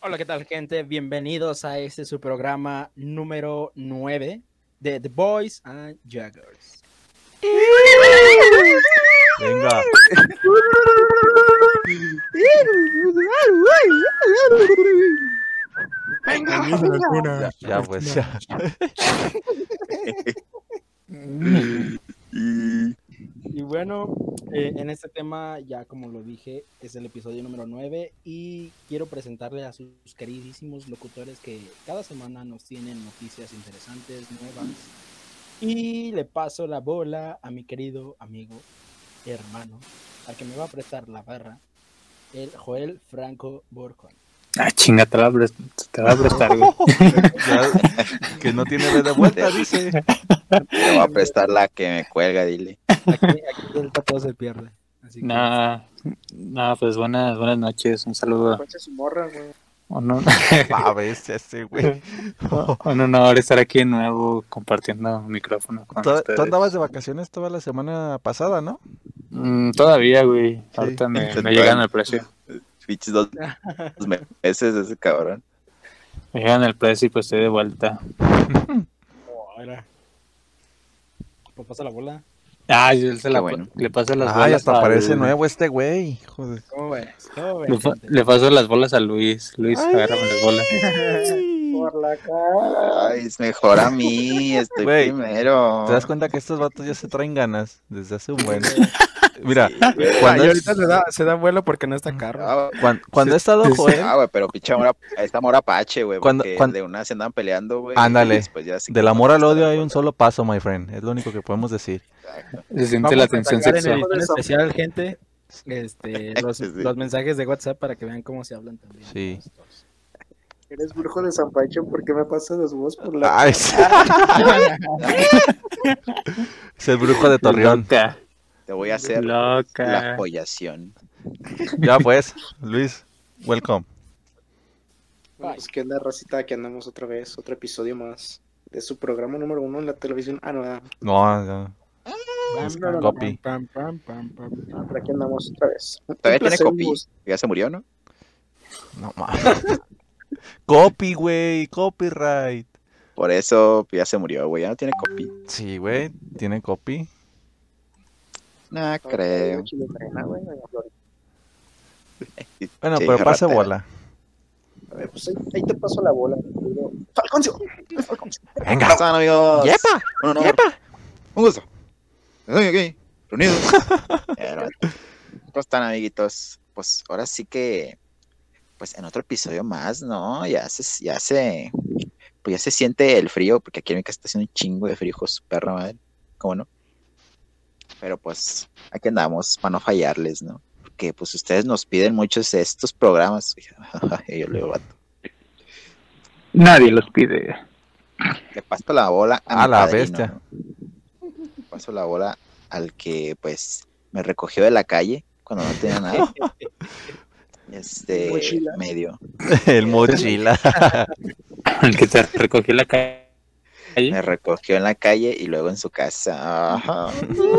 Hola, ¿qué tal, gente? Bienvenidos a este su programa número 9 de The Boys and Jaggers. Venga. Venga. Ya, pues ya. Y bueno, en este tema, ya como lo dije, es el episodio número 9 y quiero presentarle a sus queridísimos locutores que cada semana nos tienen noticias interesantes, nuevas. Y le paso la bola a mi querido amigo, hermano, al que me va a prestar la barra, el Joel Franco Borcon. Ah, chinga, te la va a prestar, güey. Ya, que no tiene de vuelta, dice. Te voy a prestar la que me cuelga, dile. Aquí el todo se pierde. Así que... No, pues buenas noches, un saludo. Concha su morra, güey. A veces ese, güey. Un honor estar aquí de nuevo compartiendo micrófono con Tú ustedes. andabas de vacaciones toda la semana pasada, ¿no? Todavía, güey. Sí. Ahorita me llegan el precio. Pinches dos meses ese cabrón. Me llegan el precio y pues estoy de vuelta. Ahora. Pues pasa la bola. Ah, yo le paso las bolas. Ay, hasta parece nuevo este güey. Joder. ¿Cómo ves? ¿Cómo ves, gente? Le paso las bolas a Luis. Luis, agárrame las bolas. Por la cara. Ay, es mejor a mí, estoy Güey, primero. ¿Te das cuenta que estos vatos ya se traen ganas desde hace un buen? Mira, Sí, güey. cuando Y es- ahorita se da vuelo porque no está carro. Ah, cuando he estado Joel, güey, pero pinche amor, esta mora Apache, güey, Cuando- porque cuando- de una se andan peleando, güey. Ándale. Y después ya se del quitan amor al hasta odio la hay un bola. solo paso, my friend. Es lo único que podemos decir. Exacto. Se siente Vamos la a tensión sacar en sexual. edición especial, gente, los Sí. mensajes de WhatsApp para que vean cómo se hablan también. Sí. Estos. Eres brujo de San Pancho, ¿por qué me pasas los huevos por la Ay, cara? es el brujo de Torreón. Loca. Te voy a hacer la Loca. apoyación. Ya pues, Luis, welcome. Bueno, pues qué onda, racita, que andamos otra vez, otro episodio más de su programa número 1 en la televisión. No, no. No. Copy. Por aquí andamos otra vez. Un Todavía tiene placer, copy. Gus. Ya se murió, ¿no? No mames. Copy, güey, copyright. Por eso ya se murió, güey. Ya no tiene copy. Sí, güey, tiene copy. No creo. Chilindrina, güey, doña Florita. Bueno, Sí, pero pase ratera. bola. A ver, pues ahí te paso la bola. Querido Falconcio. Falconcio. Venga. ¿Cómo están, amigos? ¡Yepa! Un honor. ¡Yepa! Un gusto. Estoy aquí, reunidos. ¿Cómo están, amiguitos? Pues ahora sí que, pues en otro episodio más, ¿no? Pues ya se siente el frío, porque aquí en mi casa está haciendo un chingo de frío, hijo de su perra madre. ¿Cómo no? Pero pues aquí andamos para no fallarles, ¿no? Porque pues ustedes nos piden muchos de estos programas. Yo le digo, vato, Nadie los pide. le paso la bola A mi la padrino, bestia. ¿no? Le paso la bola al que pues me recogió de la calle cuando no tenía nada. Mochila. Medio. El mochila. El que te recogió la calle. Me recogió en la calle y luego en su casa. Ajá.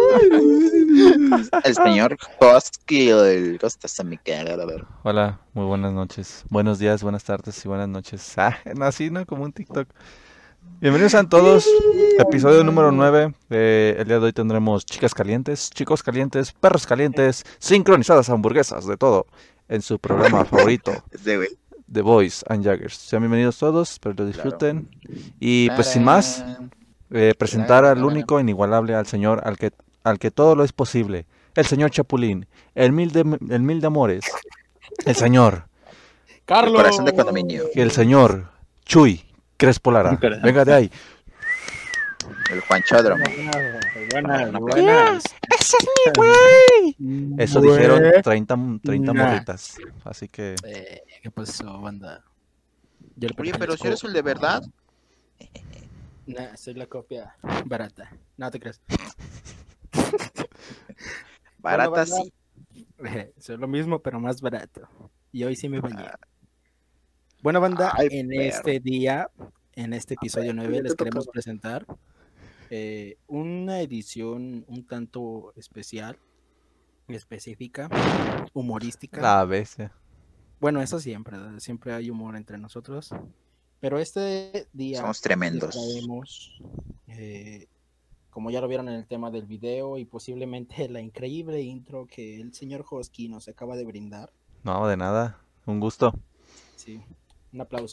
El señor Hosky, el Costa San Miguel. Hola, muy buenas noches. Buenos días, buenas tardes y buenas noches. No, así, ¿no? Como un TikTok. Bienvenidos a todos. Episodio número 9. El día de hoy tendremos chicas calientes, chicos calientes, perros calientes, sincronizadas hamburguesas, de todo, en su programa favorito, Ese güey. The Boys and Jaggers. Sean bienvenidos todos, espero lo disfruten. Y pues sin más, presentar al único, inigualable, al señor, al que todo lo es posible. El señor Chapulín, el mil de amores. El señor, Carlos. Corazón de condominio. el señor Chuy Crespo Lara. Venga de ahí. El Juan Chodromo. Buenas. ¡Ese es mi güey! Eso dijeron Güey. 30 Nah. morritas. Así que... ¿Qué pasó, banda? Yo le Oye, pero pertenezco- si eres el de verdad. Nah, soy la copia barata. No te creas. Barata Bueno, sí. Soy lo mismo, pero más barato. Y hoy sí me bañé. Bueno, banda, Ay, en perro. este día, en este episodio 9, ya les te queremos tocaba. presentar una edición un tanto especial, específica, humorística. La bestia. Bueno, eso siempre, ¿verdad? Siempre hay humor entre nosotros. Pero este día Somos les tremendos. traemos, como ya lo vieron en el tema del video y posiblemente la increíble intro que el señor Hosky nos acaba de brindar. No, de nada. Un gusto. Sí, un aplauso.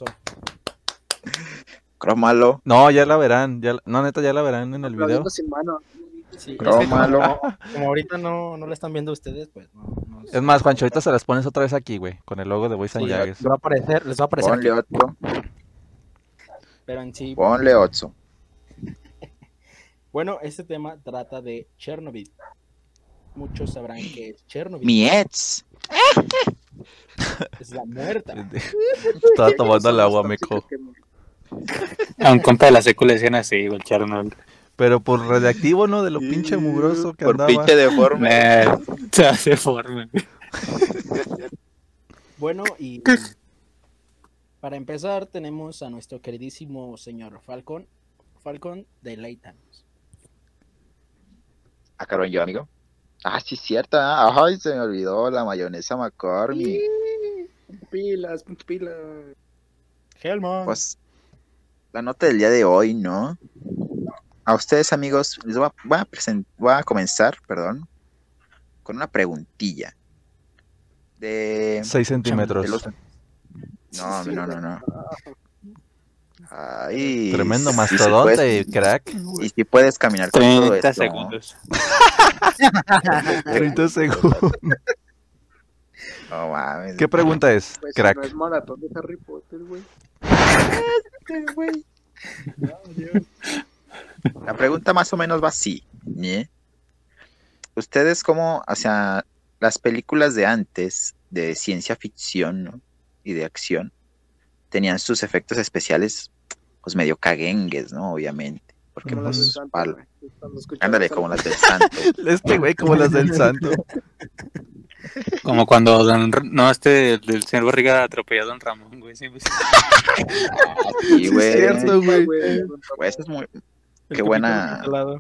Crómalo. No, ya la verán. No, neta, ya la verán en el video. Aplaudiendo sin mano. Sí, es que Crómalo. como ahorita no la están viendo ustedes, pues no Es más, Juancho, ahorita se las pones otra vez aquí, güey, con el logo de Boys and sí, Jaggers. les va a aparecer Ponle aquí, 8. pero en sí. Ponle 8. Bueno, este tema trata de Chernobyl. Muchos sabrán que es Chernobyl. Mi ex. Es la muerta. Estaba tomando el agua, meco. A un compa de la secu le decían así, el Chernobyl. Pero por radiactivo, ¿no? De lo pinche mugroso que Por andaba. pinche deforme. Se hace forma. Bueno, y para empezar tenemos a nuestro queridísimo señor Falcon. Falcon, deleítanos. Ah, cabrón, yo, amigo. Ah, sí, es cierto. Ay, se me olvidó la mayonesa McCormick. Pilas. Hellman. Pues, la nota del día de hoy, ¿no? A ustedes, amigos, les voy a comenzar, con una preguntilla. De 6 centímetros. de los- No. Ay, Tremendo y si mastodonte, puedes- crack. Y si puedes caminar con todo 30 esto. segundos. 30 segundos. No mames. ¿Qué pregunta es, Pues crack? no es maratón de Harry Potter, güey. La pregunta más o menos va así, ¿eh? Ustedes como, o sea, las películas de antes de ciencia ficción, ¿no? Y de acción tenían sus efectos especiales, pues medio caguengues, ¿no? Obviamente, porque Como las del pues, Santo, güey. Cuando escuchaba ándale, esa- como las del Santo. Este güey como las del santo. Como cuando del señor Barriga atropelló a Don Ramón, güey. Sí, pues. Sí, Sí, güey. es cierto, güey. Güey, eso es muy, El qué buena. típico lado.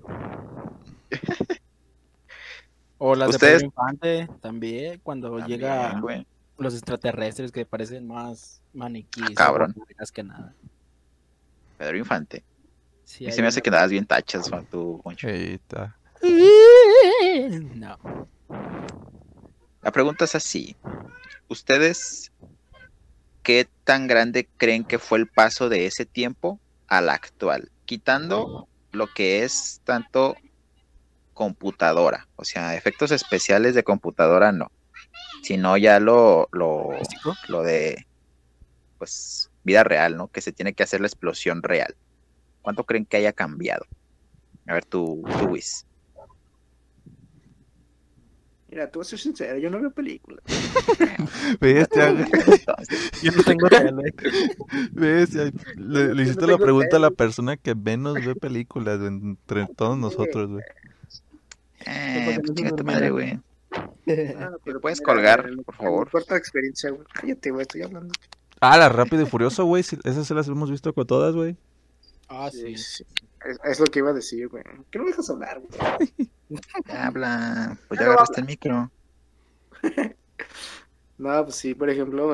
O las de Ustedes- Pedro Infante también, cuando También, llega güey. los extraterrestres que parecen más maniquíes cabrón. o vergas que nada. Pedro Infante. Sí, Y hay se me hace una- que dabas bien tachas, Juan, tú, Poncho. Eita. No. La pregunta es así. ¿Ustedes qué tan grande creen que fue el paso de ese tiempo al actual? Quitando lo que es tanto computadora, o sea, efectos especiales de computadora no, sino ya lo de, pues, vida real, ¿no? Que se tiene que hacer la explosión real. ¿Cuánto creen que haya cambiado? A ver, tú Wiz. Mira, tú vas a ser sincero, yo no veo películas. Bestia, güey. Yo no tengo tele. Bestia. Le hiciste no la tengo pregunta a la tele. persona que menos ve películas güey, entre todos nosotros, güey. Pues chinga tu madre, güey. Ah, pero puedes mira, colgar, en- por favor? En corta experiencia, güey. Cállate, güey, estoy hablando. Ah, la Rápido y Furioso, güey. Esas se las hemos visto con todas, güey. Ah, sí. Sí. Es lo que iba a decir, güey. ¿Qué no me dejas hablar, güey? Habla, pues ya Pero agarraste el micro. No, pues sí, por ejemplo,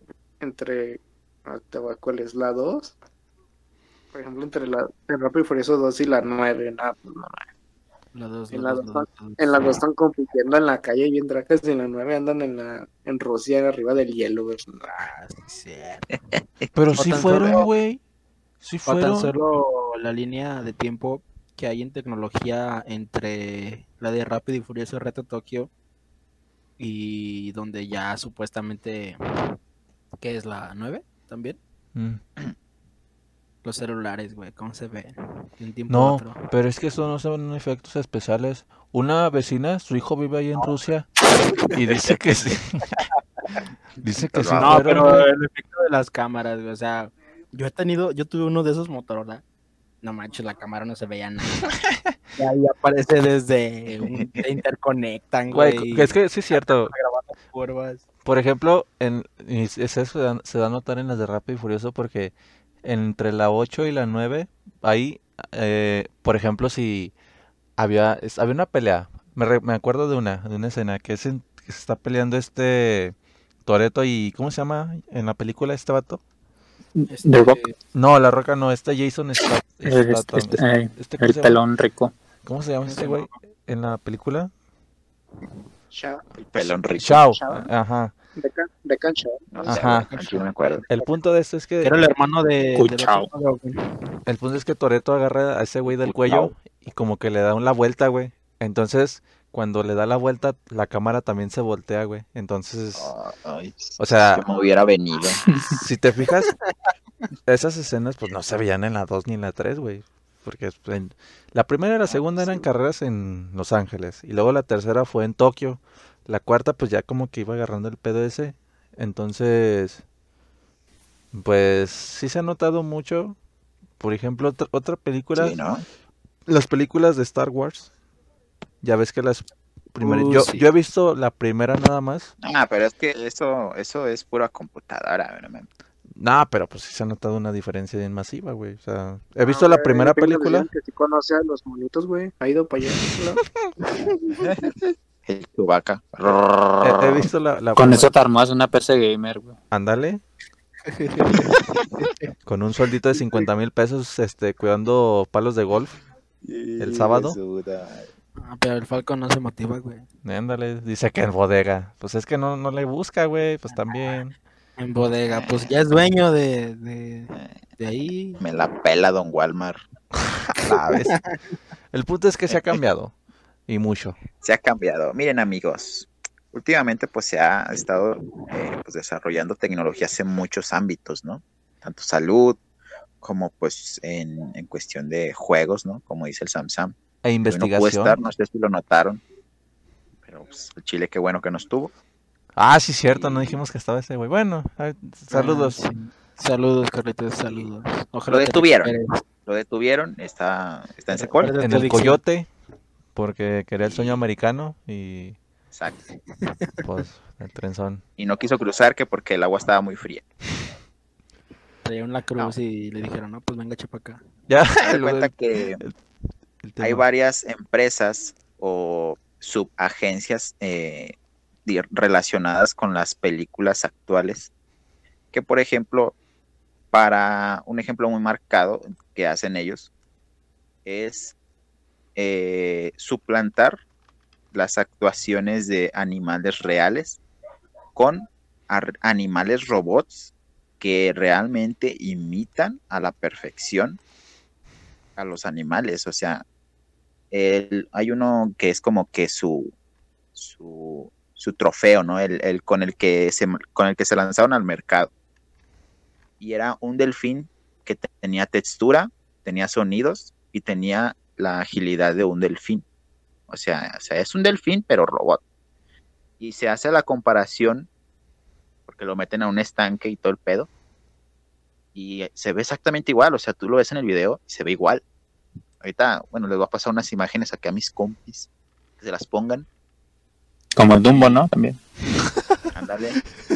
¿cuál es? ¿La 2? Por ejemplo, entre el Rápido y Furioso 2 y la 9, no, pues no. La dos, En la la dos, dos, la dos. En las 2 están compitiendo en la calle bien dracas y en la 9 andan en Rusia arriba del hielo, güey. Ah, sí, Pero O sí tan fueron, solo- güey. Sí O tan fueron. solo la línea de tiempo que hay en tecnología entre la de Rápido y Furioso Reto Tokio y donde ya supuestamente, ¿qué es la 9 también? Mm. Los celulares, güey, ¿cómo se ven? De un tiempo a No, otro. pero es que eso no son efectos especiales. Una vecina, su hijo vive ahí en Rusia y dice que sí. Dice que sí No, No, fueron, pero güey. el efecto de las cámaras, güey, o sea, yo tuve uno de esos Motorola. No manches, la cámara no se veía nada. Y ahí aparece se interconectan, Güey, güey. es que sí es cierto. Grabando curvas. Por ejemplo, eso se da a notar en las de Rápido y Furioso porque entre la 8 y la 9, ahí, por ejemplo, si había una pelea, me acuerdo de una escena que se está peleando Toretto y ¿cómo se llama en la película este vato? The Rock. No, La Roca no, Jason Statham. ¿cómo El se llama? pelón rico. ¿Cómo se llama este güey en la película? El pelón rico. Shao. Shao. Ajá. De cancha. No sé, Ajá. güey, aquí no me acuerdo. El punto de esto es Que que era el hermano de Cuchao. el punto es que Toretto agarra a ese güey del cuello y como que le da la vuelta, güey. Entonces, cuando le da la vuelta, la cámara también se voltea, güey. Entonces, Ay, o sea, yo me hubiera venido. si te fijas, esas escenas pues no se veían en la 2 ni en la 3, güey. Porque la primera y la segunda eran carreras en Los Ángeles. Y luego la tercera fue en Tokio. La cuarta pues ya como que iba agarrando el pedo ese. Entonces, pues sí se ha notado mucho. Por ejemplo, otra película, Sí, ¿no? las películas de Star Wars. Ya ves que las primeras... sí. yo he visto la primera nada más. Pero es que eso es pura computadora, ¿no? Nah, pero pues sí se ha notado una diferencia bien masiva, güey. O sea, he visto la primera película. Que sí conoce a los monitos, güey. Ha ido para allá. El Chewbacca. He visto la Con primera- eso te armas una PC gamer, güey. Ándale. Con un sueldito de 50,000 pesos, cuidando palos de golf. El sábado. Pero el Falcon no se motiva, güey. Ándale, dice que en bodega. Pues es que no le busca, güey. Pues también. En bodega, pues ya es dueño de ahí. Me la pela Don Walmart. ¿Sabes? El punto es que se ha cambiado. Y mucho. Se ha cambiado. Miren, amigos, últimamente pues se ha estado pues, desarrollando tecnologías en muchos ámbitos, ¿no? Tanto salud como pues en cuestión de juegos, ¿no? Como dice el Samsam. E Hoy no pude investigación. estar, no sé si lo notaron, pero pues, el Chile qué bueno que no estuvo. Ah, sí, cierto. No dijimos que estaba ese güey. Bueno, saludos. Ah, sí. Saludos, Carlitos, saludos. Ojalá Lo te detuvieron. recuperes. Lo detuvieron, está en Secol. Recuerda En tu el dicción. Coyote. Porque quería el sueño americano. Y Exacto. pues el trenzón. Y no quiso cruzar que porque el agua estaba muy fría. Trajeron la cruz y le dijeron, no, pues venga, chepa acá. Ya. Se da cuenta que el tema. hay varias empresas o subagencias relacionadas con las películas actuales que, por ejemplo, para un ejemplo muy marcado que hacen ellos es suplantar las actuaciones de animales reales con animales robots que realmente imitan a la perfección a los animales. O sea, hay uno que es como que su trofeo, ¿no? El con el que se lanzaron al mercado. Y era un delfín que tenía textura, tenía sonidos y tenía la agilidad de un delfín. O sea, es un delfín, pero robot. Y se hace la comparación, porque lo meten a un estanque y todo el pedo. Y se ve exactamente igual, o sea, tú lo ves en el video y se ve igual. Ahorita, bueno, les voy a pasar unas imágenes aquí a mis compis, que se las pongan. Como el Dumbo, ¿no? También. Ándale.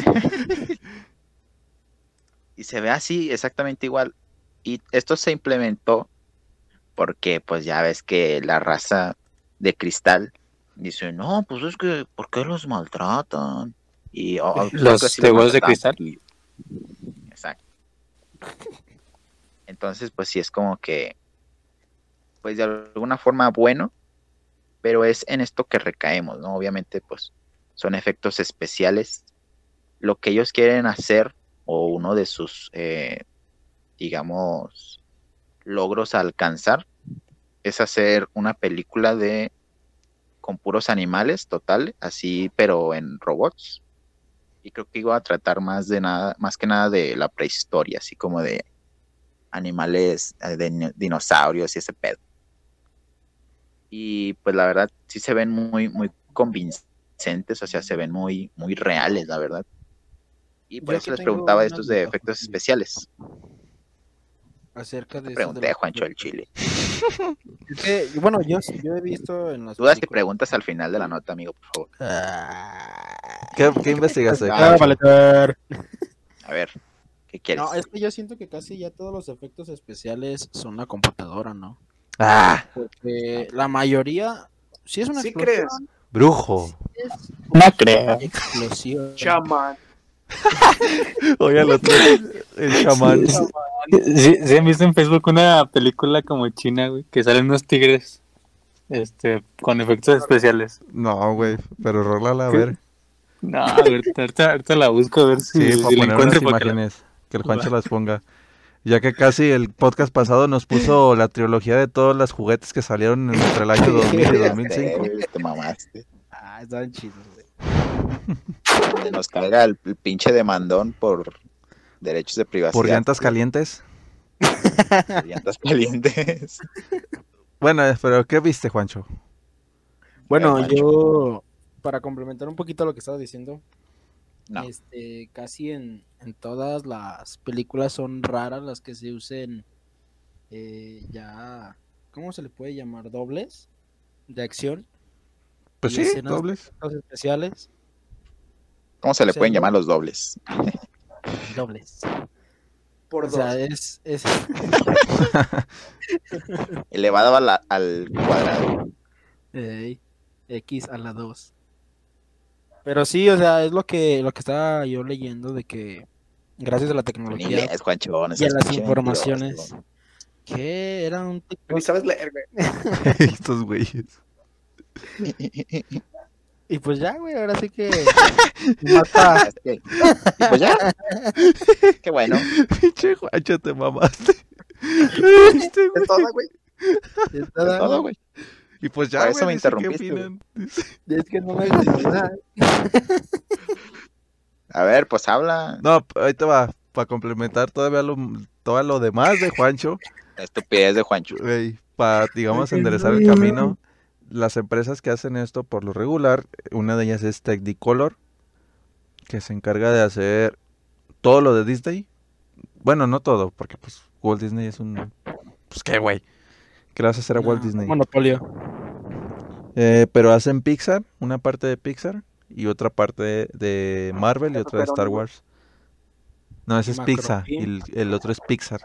Y se ve así, exactamente igual. Y esto se implementó porque, pues ya ves que la raza de cristal dice, no, pues es que, ¿por qué los maltratan? Y Los de huevos de cristal. Exacto. Entonces, pues sí es como que, pues de alguna forma bueno, pero es en esto que recaemos, ¿no? Obviamente, pues son efectos especiales. Lo que ellos quieren hacer, o uno de sus, digamos, logros a alcanzar, es hacer una película con puros animales, total, así, pero en robots. Y creo que iba a tratar más que nada de la prehistoria, así como de animales, de dinosaurios y ese pedo. Y pues la verdad sí se ven muy, muy convincentes, o sea, se ven muy, muy reales, la verdad. Y por Yo eso aquí les tengo preguntaba una estos de duda, efectos Joaquín, especiales. acerca de eso Pregunté a Juancho el Chile. Es que, bueno, yo he visto en las Dudas y películas. preguntas al final de la nota, amigo, por favor. ¿Qué investigaste? Ah, Juancho? Valedor. A ver, ¿qué quieres? No, es que yo siento que casi ya todos los efectos especiales son la computadora, ¿no? Ah, Porque la mayoría, si es una ¿Sí explosión, crees? brujo. es No creo. explosión. Chaman. Oye, al otro, el chamán. ¿Sí han visto en Facebook una película como china, güey? Que salen unos tigres, con efectos especiales. No, güey, pero rólala a ver. No, ahorita la busco a ver Sí, si para la poner encuentro. unas imágenes, que el Juancho las ponga. Ya que casi el podcast pasado nos puso la trilogía de todos los juguetes que salieron entre el año 2000 y 2005. Te mamaste. Estaban chidos, güey. Donde nos caiga el pinche demandón por derechos de privacidad. Por llantas calientes. Por llantas calientes. Bueno, pero ¿qué viste, Juancho? Bueno, Juancho. yo, para complementar un poquito lo que estaba diciendo, No. casi en todas las películas son raras las que se usen ya, ¿cómo se le puede llamar? ¿Dobles de acción? Pues Y sí, escenas de dobles. efectos especiales. ¿Cómo se le O sea, pueden no- llamar los dobles? Dobles. Por O sea, dos. es Elevado al cuadrado. X a la 2. Pero sí, o sea, es lo que estaba yo leyendo de que gracias a la Ni tecnología lees, Juancho, no y a seas las pinche informaciones mentiroso. que era un Ni TikTok sabes leer, güey. Estos güeyes. y pues ya, güey, ahora sí que mata. Es que- y pues ya. Qué bueno. Pinche Juancho, te mamaste. Este, güey. Es todo, güey. Es Es todo, güey. Y pues ya, Por eso güey, me dice, ¿qué interrumpiste, opinan? Es que no me gusta nada. A ver, pues habla. No, ahí te va. Para complementar todo lo demás de Juancho, Estupidez de Juancho. para, digamos, enderezar el camino, las empresas que hacen esto por lo regular, una de ellas es Technicolor, que se encarga de hacer todo lo de Disney. Bueno, no todo, porque pues Walt Disney es un... Pues qué, güey. ¿Qué le vas a hacer a Walt No, Disney? Monopolio. Pero hacen Pixar, una parte de Pixar y otra parte de Marvel y otra de Star Wars. No, ese es Pixar y el otro es Pixar.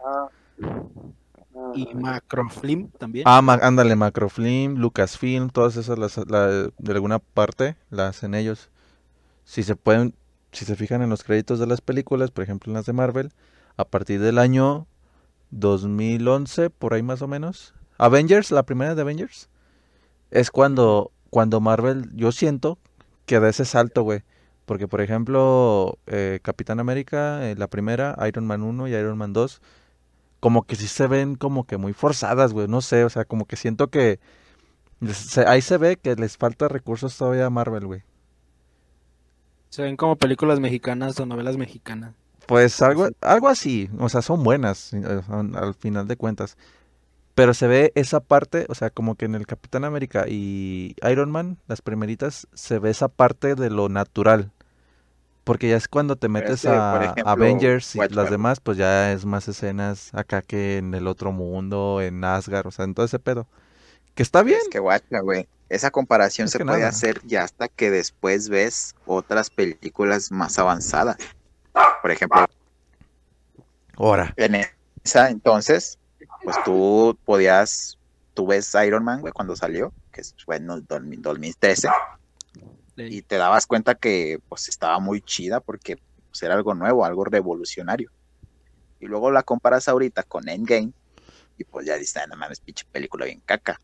Y Macrofilm también. Ándale, Macrofilm, Lucasfilm, todas esas de alguna parte las hacen ellos. Si se fijan en los créditos de las películas, por ejemplo en las de Marvel, a partir del año 2011, por ahí más o menos, Avengers, la primera de Avengers, es cuando Marvel, yo siento que da ese salto, güey. Porque, por ejemplo, Capitán América, la primera, Iron Man 1 y Iron Man 2, como que sí se ven como que muy forzadas, güey. No sé, o sea, como que siento que ahí se ve que les falta recursos todavía a Marvel, güey. Se ven como películas mexicanas o novelas mexicanas. Pues algo así, o sea, son buenas al final de cuentas. Pero se ve esa parte, o sea, como que en el Capitán América y Iron Man, las primeritas, se ve esa parte de lo natural. Porque ya es cuando te metes por a ejemplo, Avengers y las Watchmen. demás, pues ya es más escenas acá que en el otro mundo, en Asgard, o sea, en todo ese pedo. Que está bien. Es que guacha, güey. Esa comparación Es se que puede nada. hacer ya hasta que después ves otras películas más avanzadas. Por ejemplo, Ahora. en esa entonces, pues tú ves Iron Man, güey, cuando salió, que fue en el 2013, y te dabas cuenta que pues estaba muy chida porque pues, era algo nuevo, algo revolucionario. Y luego la comparas ahorita con Endgame y pues ya dices, no mames, pinche película bien caca.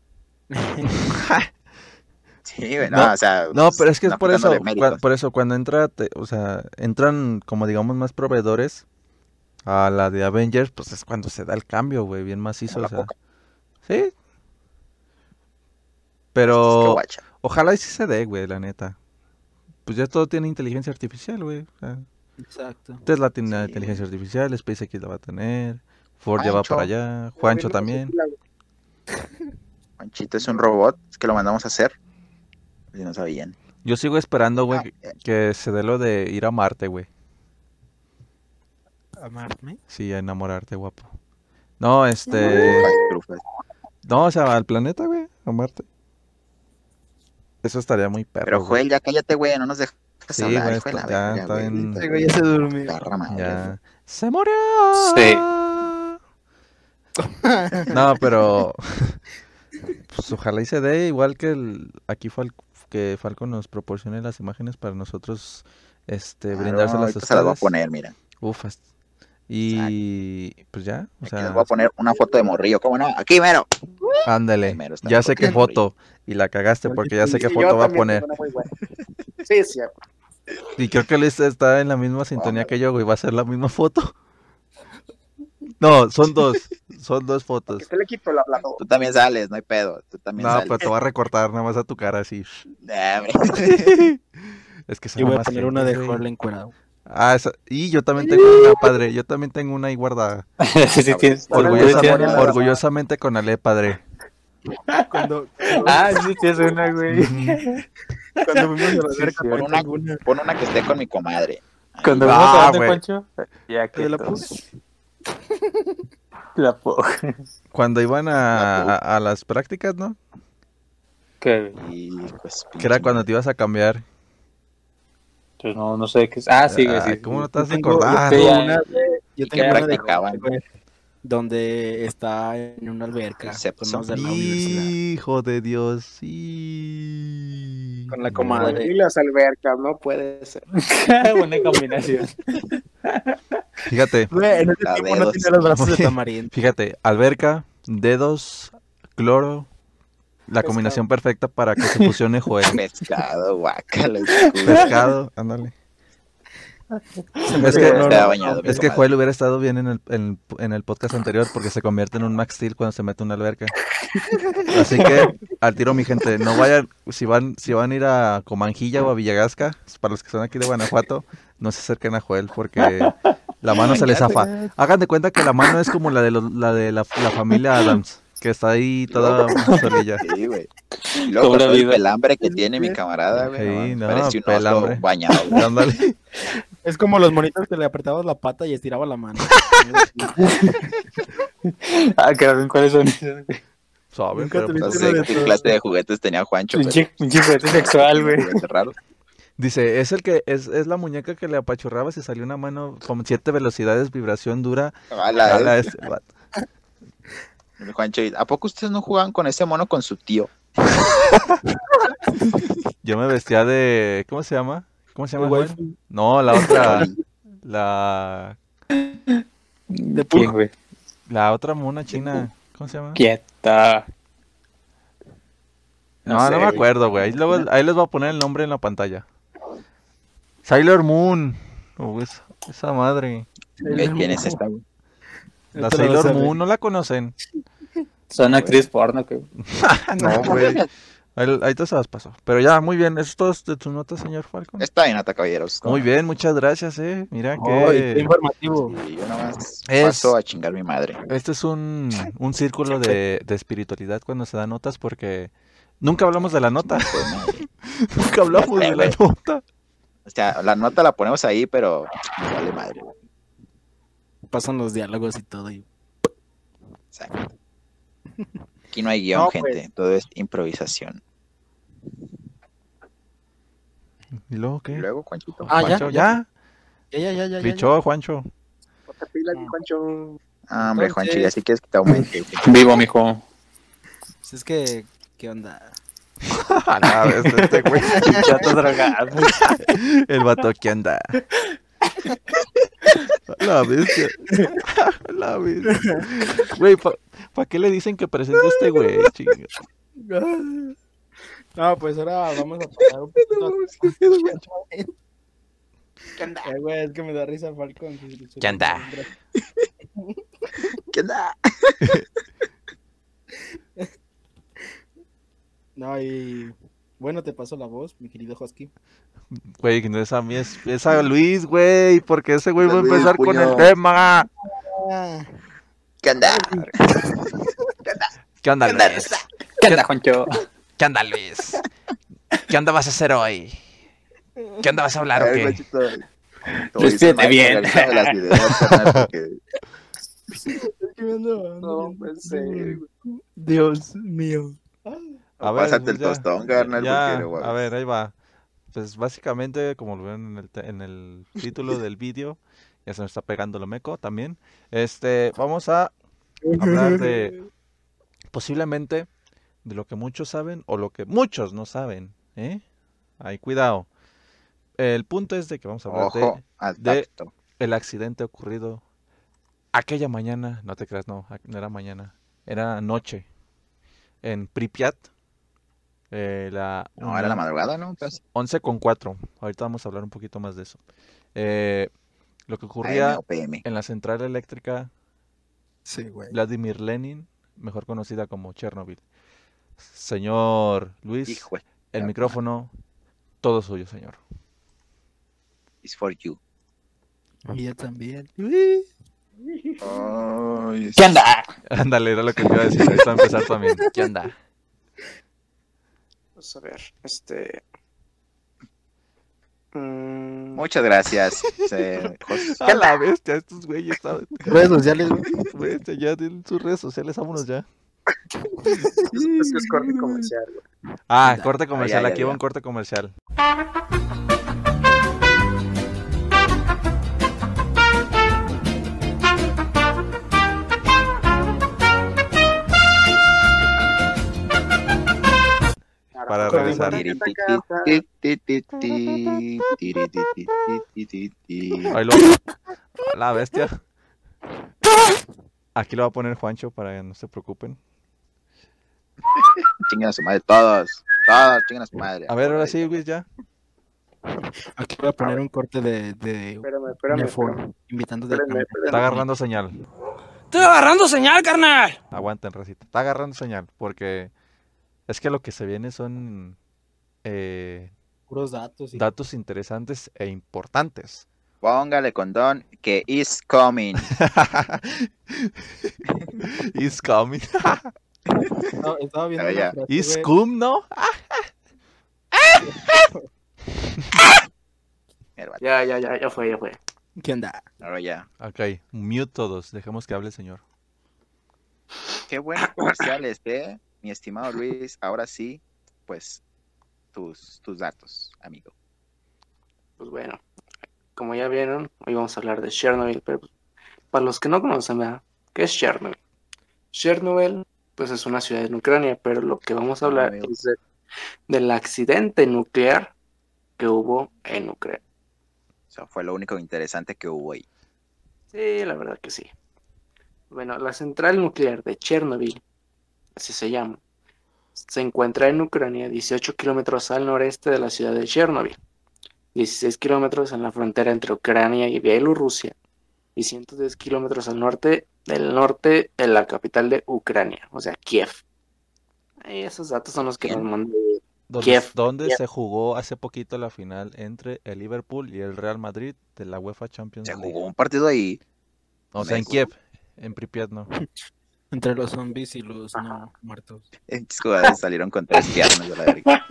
Sí, güey, no, o sea, No, pero es que es no por eso, quitándole méritos. por eso cuando o sea, entran como digamos más proveedores a la de Avengers, pues es cuando se da el cambio, güey, bien macizo, Como o la sea. coca. Sí. Es que Pero guacha. ojalá y sí se dé, güey, la neta. Pues ya todo tiene inteligencia artificial, güey. O sea, Exacto. Tesla tiene Sí. inteligencia artificial, SpaceX la va a tener, Ford ya va Juancho. para allá, Juancho también. Panchito es un robot, es que lo mandamos a hacer. Si no sabían. Yo sigo esperando, güey, que se dé lo de ir a Marte, güey. ¿Amarme? Sí, a enamorarte, guapo. No, Trufas. no, o sea, al planeta, güey, a Marte. Eso estaría muy perro, Pero güey. Joel, ya cállate, güey, no nos dejas Sí, hablar, güey, hijo de la ya verga, está güey. en- Ese güey ya se durmió. Perra madre, Ya. ¡Se murió! Sí. No, pero pues ojalá y se dé igual que aquí que Falcon nos proporcione las imágenes para nosotros brindarse las ahorita se las voy a ustedes. poner, mira. Ufas. Y pues ya, o Aquí les sea, voy a poner una foto de morrillo, ¿cómo no? Aquí mero. Ahí ándale. mero está Ya mi sé foto qué de morrillo. foto y la cagaste porque ya sé qué Sí, foto yo va a también poner. tengo una muy buena. Sí, es cierto. Y creo que Luis está en la misma sintonía Vámonos. que yo, güey. Va a ser la misma foto. No, son dos Que fotos. esté el equipo, el hablador. Tú también sales, no hay pedo. Tú también No, sales. pero te va a recortar nada más a tu cara así. Hombre. Es que Y son voy a más poner gente, una de güey. Joel encuerado. Ah, y yo también tengo una, padre. Yo también tengo una ahí guardada. Sí, tienes. Orgullosamente con Ale, padre. Cuando Sí, tienes una, güey. Ujú. fuimos a la Sí, alberca, sí. también tengo una. Pon una que esté con mi comadre. Cuando Ah, vamos a dónde, güey. Juancho, ya ¿De la quietos. La po. Cuando iban La a las prácticas, ¿no? ¿Qué? Y pues, Que era pinche cuando madre. te ibas a cambiar. Pues no sé qué es. Sí, güey, sí. ¿Cómo no Sí. te vas a Yo acordar? Sí, tengo ya. una, yo ¿Y tengo qué una de practicaban? güey, donde está en una alberca El sepso. con unos de la universidad. Hijo de Dios, sí. Con la Y comadre. las albercas, no puede ser. Buena combinación. Fíjate, Güey, en ese La tiempo no dedos. tenía los brazos de Oye, tamarindo. fíjate, alberca, dedos, cloro, la Pescado. combinación perfecta para que se fusione Joel. Pescado, guacala. Pescado, ándale. Es que, Estaba bañado, mi es que comadre. Joel hubiera estado bien en el podcast anterior porque se convierte en un Max Steel cuando se mete en una alberca. Así que, al tiro, mi gente, no vayan, si van a ir a Comanjilla o a Villagasca, para los que son aquí de Guanajuato, no se acerquen a Joel porque la mano se les zafa. Hagan de cuenta que la mano es como la de la familia Adams, que está ahí toda solilla. Sí, güey. Y luego Cobra con todo el vida. pelambre que tiene mi camarada, güey. Sí, No, no, parece un pelambre. oso bañado, güey. Ándale. Es como los monitos que le apretabas la pata y estiraba la mano. Cabrón, ¿cuáles son esos? Suave, Nunca pero, tuviste pues, No uno sé de qué esos. clase de juguetes tenía Juancho. Pinche pero- juguete sexual, güey. Juguetes raros. dice, es el que es la muñeca que le apachurrabas y salió una mano con 7 velocidades, vibración dura. Ala, Ala, ese vato. Juancho, ¿a poco ustedes no jugaban con ese mono con su tío? Yo me vestía de, ¿cómo se llama? ¿Cómo se llama? Igual. Joel? No, la otra, la ¿De quién, güey? la otra mona china, ¿cómo se llama? Quieta. No, sé, no me güey. acuerdo, güey. Ahí les voy a poner el nombre en la pantalla. Sailor Moon. Esa madre. ¿Quién es esta, güey? La Esto lo vas a Sailor ver. Moon, ¿no la conocen? Son actriz porno, güey. No, güey. Ahí te se las paso. Pero ya, muy bien. Eso es todo de tu nota, señor Falcon. Está bien, Ata Caballeros. Muy bien, muchas gracias, Mira Qué que informativo. Y yo nomás Es- paso a chingar mi madre. este es un círculo de espiritualidad cuando se da notas porque nunca hablamos de la nota. Nunca hablamos de la nota. O sea, la nota la ponemos ahí, pero me vale madre. Pasan los diálogos y todo. Y... Exacto. Aquí no hay guión, No, gente. pues. Todo es improvisación. ¿Y luego Y qué? luego, Juanchito. Ah, Juancho, ya. Ya. Clichó, Juancho. No te pilas, mi Juancho. Ah, hombre, Entonces- Juancho, ya sí quieres que te aumente. Vivo, mijo. Pues es que, ¿qué onda? A la vez, este güey. Chato drogado. El vato que anda. A la bestia. A la bestia. Güey, ¿pa qué le dicen que presente a este güey? Chinga. No, pues ahora vamos a pasar un poquito. Güey, es que me da risa Falcon. ¿Qué onda? ¿Qué onda? No, y bueno, te paso la voz, mi querido Husky. Güey, que no es a mí, es a Luis, güey. Porque ese güey va a Luis, empezar con el puño. tema. ¿Qué onda? ¿Qué onda, Luis? ¿Qué onda, Juancho? ¿Qué onda, Luis? ¿Qué onda vas a hacer hoy? ¿Qué onda vas a hablar A o ver, qué? Juanchito. Despídete bien. Organízame las ideas, carnal, porque- No, pues Dios mío. A ver, Pásate pues el ya, tostón, carnal, ya, porque no, a ver, ahí va. Pues básicamente, como lo ven en el título del vídeo, ya se nos está pegando lo meco también. Vamos a hablar de posiblemente de lo que muchos saben o lo que muchos no saben, ¿eh? Ahí, cuidado. el punto es de que vamos a hablar Ojo al de tacto. el accidente ocurrido aquella mañana, no te creas, no era mañana, era noche, en Pripyat, No, era la madrugada, ¿no? Pues, 11:04. Ahorita vamos a hablar un poquito más de eso. Lo que AM ocurría o PM. en la central eléctrica Sí, güey. Vladimir Lenin, mejor conocida como Chernobyl. Señor Luis, Hijo, el micrófono, todo suyo, señor. it's for you. Y yo también. Ay, ¿Qué anda? Ándale, era lo que te iba a decir. Ahorita va a empezar también. ¿Qué onda? Vamos a ver, Muchas gracias. José. A la bestia, estos güeyes estaban. Redes sociales, güey. Bestia, ya en sus redes sociales, vámonos ya. es que es corte comercial, güey. Ah, corte comercial. ya, Aquí ya. va un corte comercial. Para revisar. Ahí lo. A la bestia. Aquí lo va a poner Juancho para que no se preocupen. Chingan a su madre, todos. Todos chingan a su madre. A ver, ahora sí, Luis, ya. Aquí voy a poner un corte de Espérame. Nefo, invitando de Espérame. Está agarrando señal. ¡Estoy agarrando señal, carnal! Aguanten, Racita. Está agarrando señal. Porque es que lo que se viene son puros datos. Y... datos interesantes e importantes. Póngale condón que is coming. Is coming. Estaba viendo Ya. una frase, Is güey. cum, ¿no? Ya fue. ¿Qué onda? Ahora ya. Ok, mute todos. Dejemos que hable el señor. Qué buenos comerciales, mi estimado Luis. Ahora sí, pues, tus datos, amigo. Pues bueno, como ya vieron, hoy vamos a hablar de Chernobyl, pero pues, para los que no conocen, ¿verdad? ¿Qué es Chernobyl? Chernobyl, pues es una ciudad en Ucrania, pero lo que vamos a hablar es del accidente nuclear que hubo en Ucrania. O sea, fue lo único interesante que hubo ahí. Sí, la verdad que sí. Bueno, la central nuclear de Chernobyl, así se llama, se encuentra en Ucrania, 18 kilómetros al noreste de la ciudad de Chernobyl, 16 kilómetros en la frontera entre Ucrania y Bielorrusia, y 110 kilómetros al norte de la capital de Ucrania, o sea, Kiev. Y esos datos son los que nos mandan. ¿Dónde Kiev. se jugó hace poquito la final entre el Liverpool y el Real Madrid de la UEFA Champions Se League? jugó un partido ahí. O sea, en Kiev, en Pripyat, ¿no? Entre los zombies y los no muertos. Estos jugadores salieron con 3 piernas de la verga.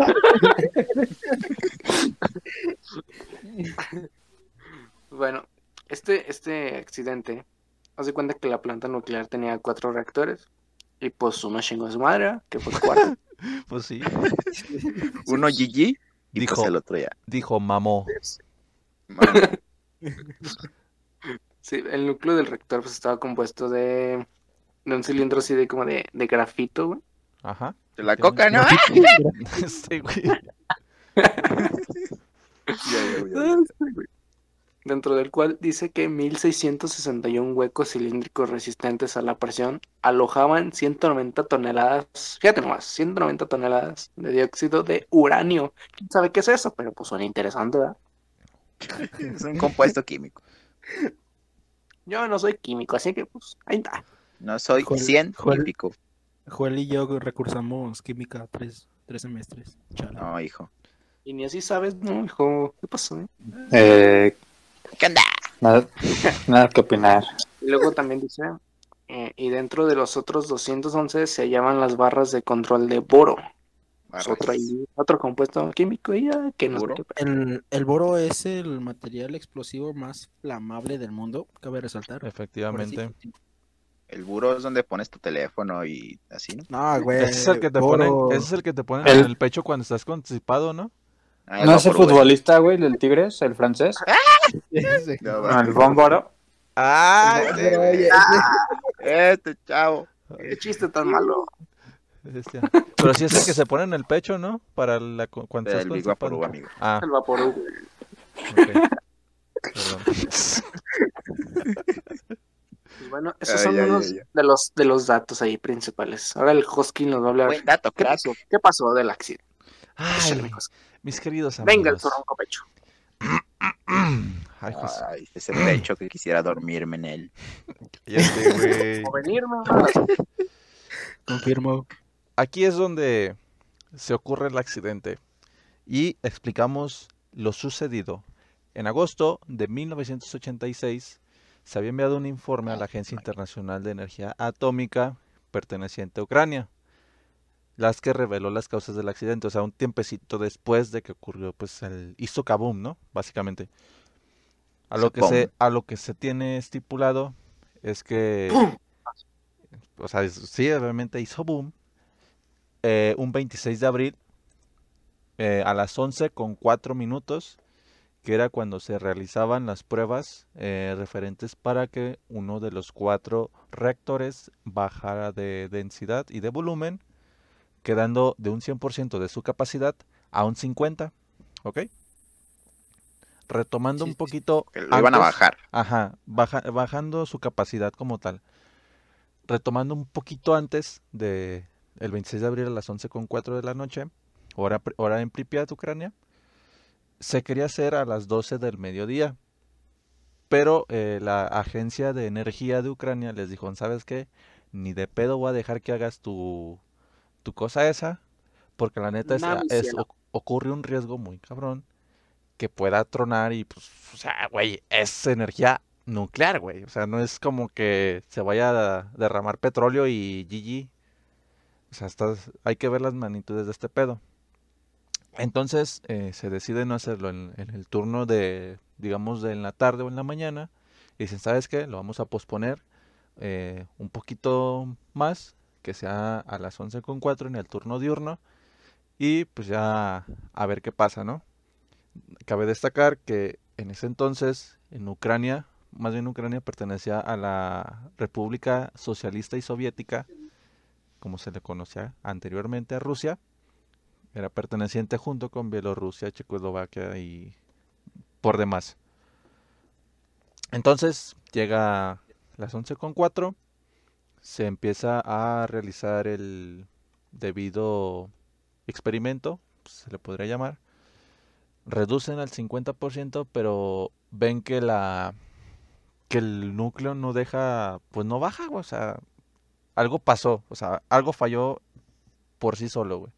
Bueno, este accidente, haz de cuenta que la planta nuclear tenía 4 reactores, y pues uno chingó a su madre, que fue 4. Pues sí. Uno GG y Dijo- pues el otro ya. Dijo mamó. Sí, el núcleo del reactor pues estaba compuesto de un cilindro así de como de grafito, güey. Ajá. De la coca, ¿no? Este güey. Dentro del cual dice que 1661 huecos cilíndricos resistentes a la presión alojaban 190 toneladas, fíjate nomás, 190 toneladas de dióxido de uranio. ¿Quién sabe qué es eso? Pero pues suena interesante, ¿verdad? Es un compuesto químico. Yo no soy químico, así que pues ahí está. No soy Joel- 100 Joel- típico. Joel y yo recursamos química 3 semestres. Chale. No, hijo. Y ni así sabes, ¿no, hijo? ¿Qué pasó? ¿Qué onda? Nada que opinar. Y luego también dice, y dentro de los otros 211 se hallaban las barras de control de boro. Es otro compuesto químico y ya que no sé ¿Boro? qué. El boro es el material explosivo más flamable del mundo, cabe resaltar. Efectivamente. Por así- El buro es donde pones tu teléfono y así, ¿no? No, güey. Ese es el que te boro. ponen, ese es el que te ponen El- en el pecho cuando estás constipado, ¿no? Ah, ¿No es el Vaporub, futbolista, güey, del Tigres, el francés? Ese. No, El Bómboro. ¡Ah! Este chavo. Qué chiste tan malo. Bestia. Pero sí es el que se pone en el pecho, ¿no? Para cuando estás El Big constipado. Vaporub, amigo. Ah, El Vaporub. Ok, perdón. Pues bueno, esos Ay, son ay, unos ay, ay. de los datos ahí principales. Ahora el Hoskin nos va a hablar. Buen dato, ¿Qué crack. pasó? ¿Qué pasó del accidente? Échale, mi Ay, Hoskin. mis queridos Venga el amigos. ronco pecho. Ay, José. Ay, ese pecho que quisiera dormirme en él. Cállate, güey. O venirme, una de las dos. Confirmo. Aquí es donde se ocurre el accidente y explicamos lo sucedido. En agosto de 1986 se había enviado un informe a la Agencia Internacional de Energía Atómica perteneciente a Ucrania, las que reveló las causas del accidente, o sea, un tiempecito después de que ocurrió, pues, hizo kaboom, ¿no? Básicamente. Supón. A lo que se tiene estipulado es que, ¡Pum! o sea, sí, realmente hizo boom, un 26 de abril, a las 11:04, que era cuando se realizaban las pruebas referentes para que uno de los 4 reactores bajara de densidad y de volumen, quedando de un 100% de su capacidad a un 50%, ¿ok? Retomando un poquito Que lo iban a antes, bajar. ajá, bajando su capacidad como tal. Retomando un poquito antes de el 26 de abril a las 11:04 de la noche, hora en Pripyat, Ucrania, se quería hacer a las 12 del mediodía, pero la Agencia de Energía de Ucrania les dijo, ¿sabes qué? Ni de pedo voy a dejar que hagas tu cosa esa, porque la neta No, mi cielo. ocurre un riesgo muy cabrón que pueda tronar y pues, o sea, güey, es energía nuclear, güey. O sea, no es como que se vaya a derramar petróleo y GG. O sea, hay que ver las magnitudes de este pedo. Entonces se decide no hacerlo en el turno de, digamos, de en la tarde o en la mañana. Y dicen, ¿sabes qué? Lo vamos a posponer un poquito más, que sea a las 11:04 en el turno diurno. Y pues ya a ver qué pasa, ¿no? Cabe destacar que en ese entonces, en Ucrania, más bien Ucrania pertenecía a la República Socialista y Soviética, como se le conocía anteriormente a Rusia. Era perteneciente junto con Bielorrusia, Checoslovaquia y por demás. Entonces llega las 11:04, se empieza a realizar el debido experimento, pues, se le podría llamar. Reducen al 50%, pero ven que el núcleo no deja, pues no baja, güey, o sea, algo pasó, o sea, algo falló por sí solo, güey.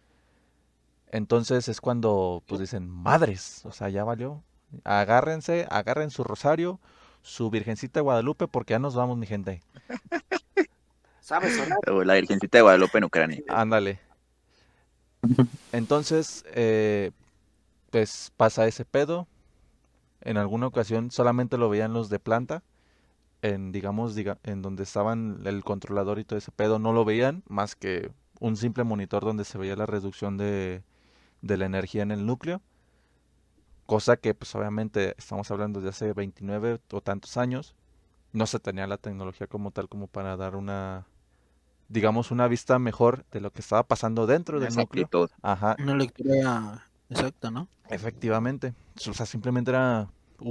Entonces es cuando pues dicen, madres, o sea, ya valió. Agárrense, agarren su rosario, su Virgencita de Guadalupe, porque ya nos vamos, mi gente. ¿Sabes orar? La Virgencita de Guadalupe en Ucrania. Ándale. Entonces, pues pasa ese pedo. En alguna ocasión solamente lo veían los de planta. Digamos, en donde estaban el controlador y todo ese pedo, no lo veían más que un simple monitor donde se veía la reducción de la energía en el núcleo. Cosa que, pues obviamente, estamos hablando de hace 29 o tantos años. No se tenía la tecnología como tal como para dar digamos, una vista mejor de lo que estaba pasando dentro del núcleo. Exactitud. Ajá, Una lectura exacta, ¿no? efectivamente. O sea, simplemente era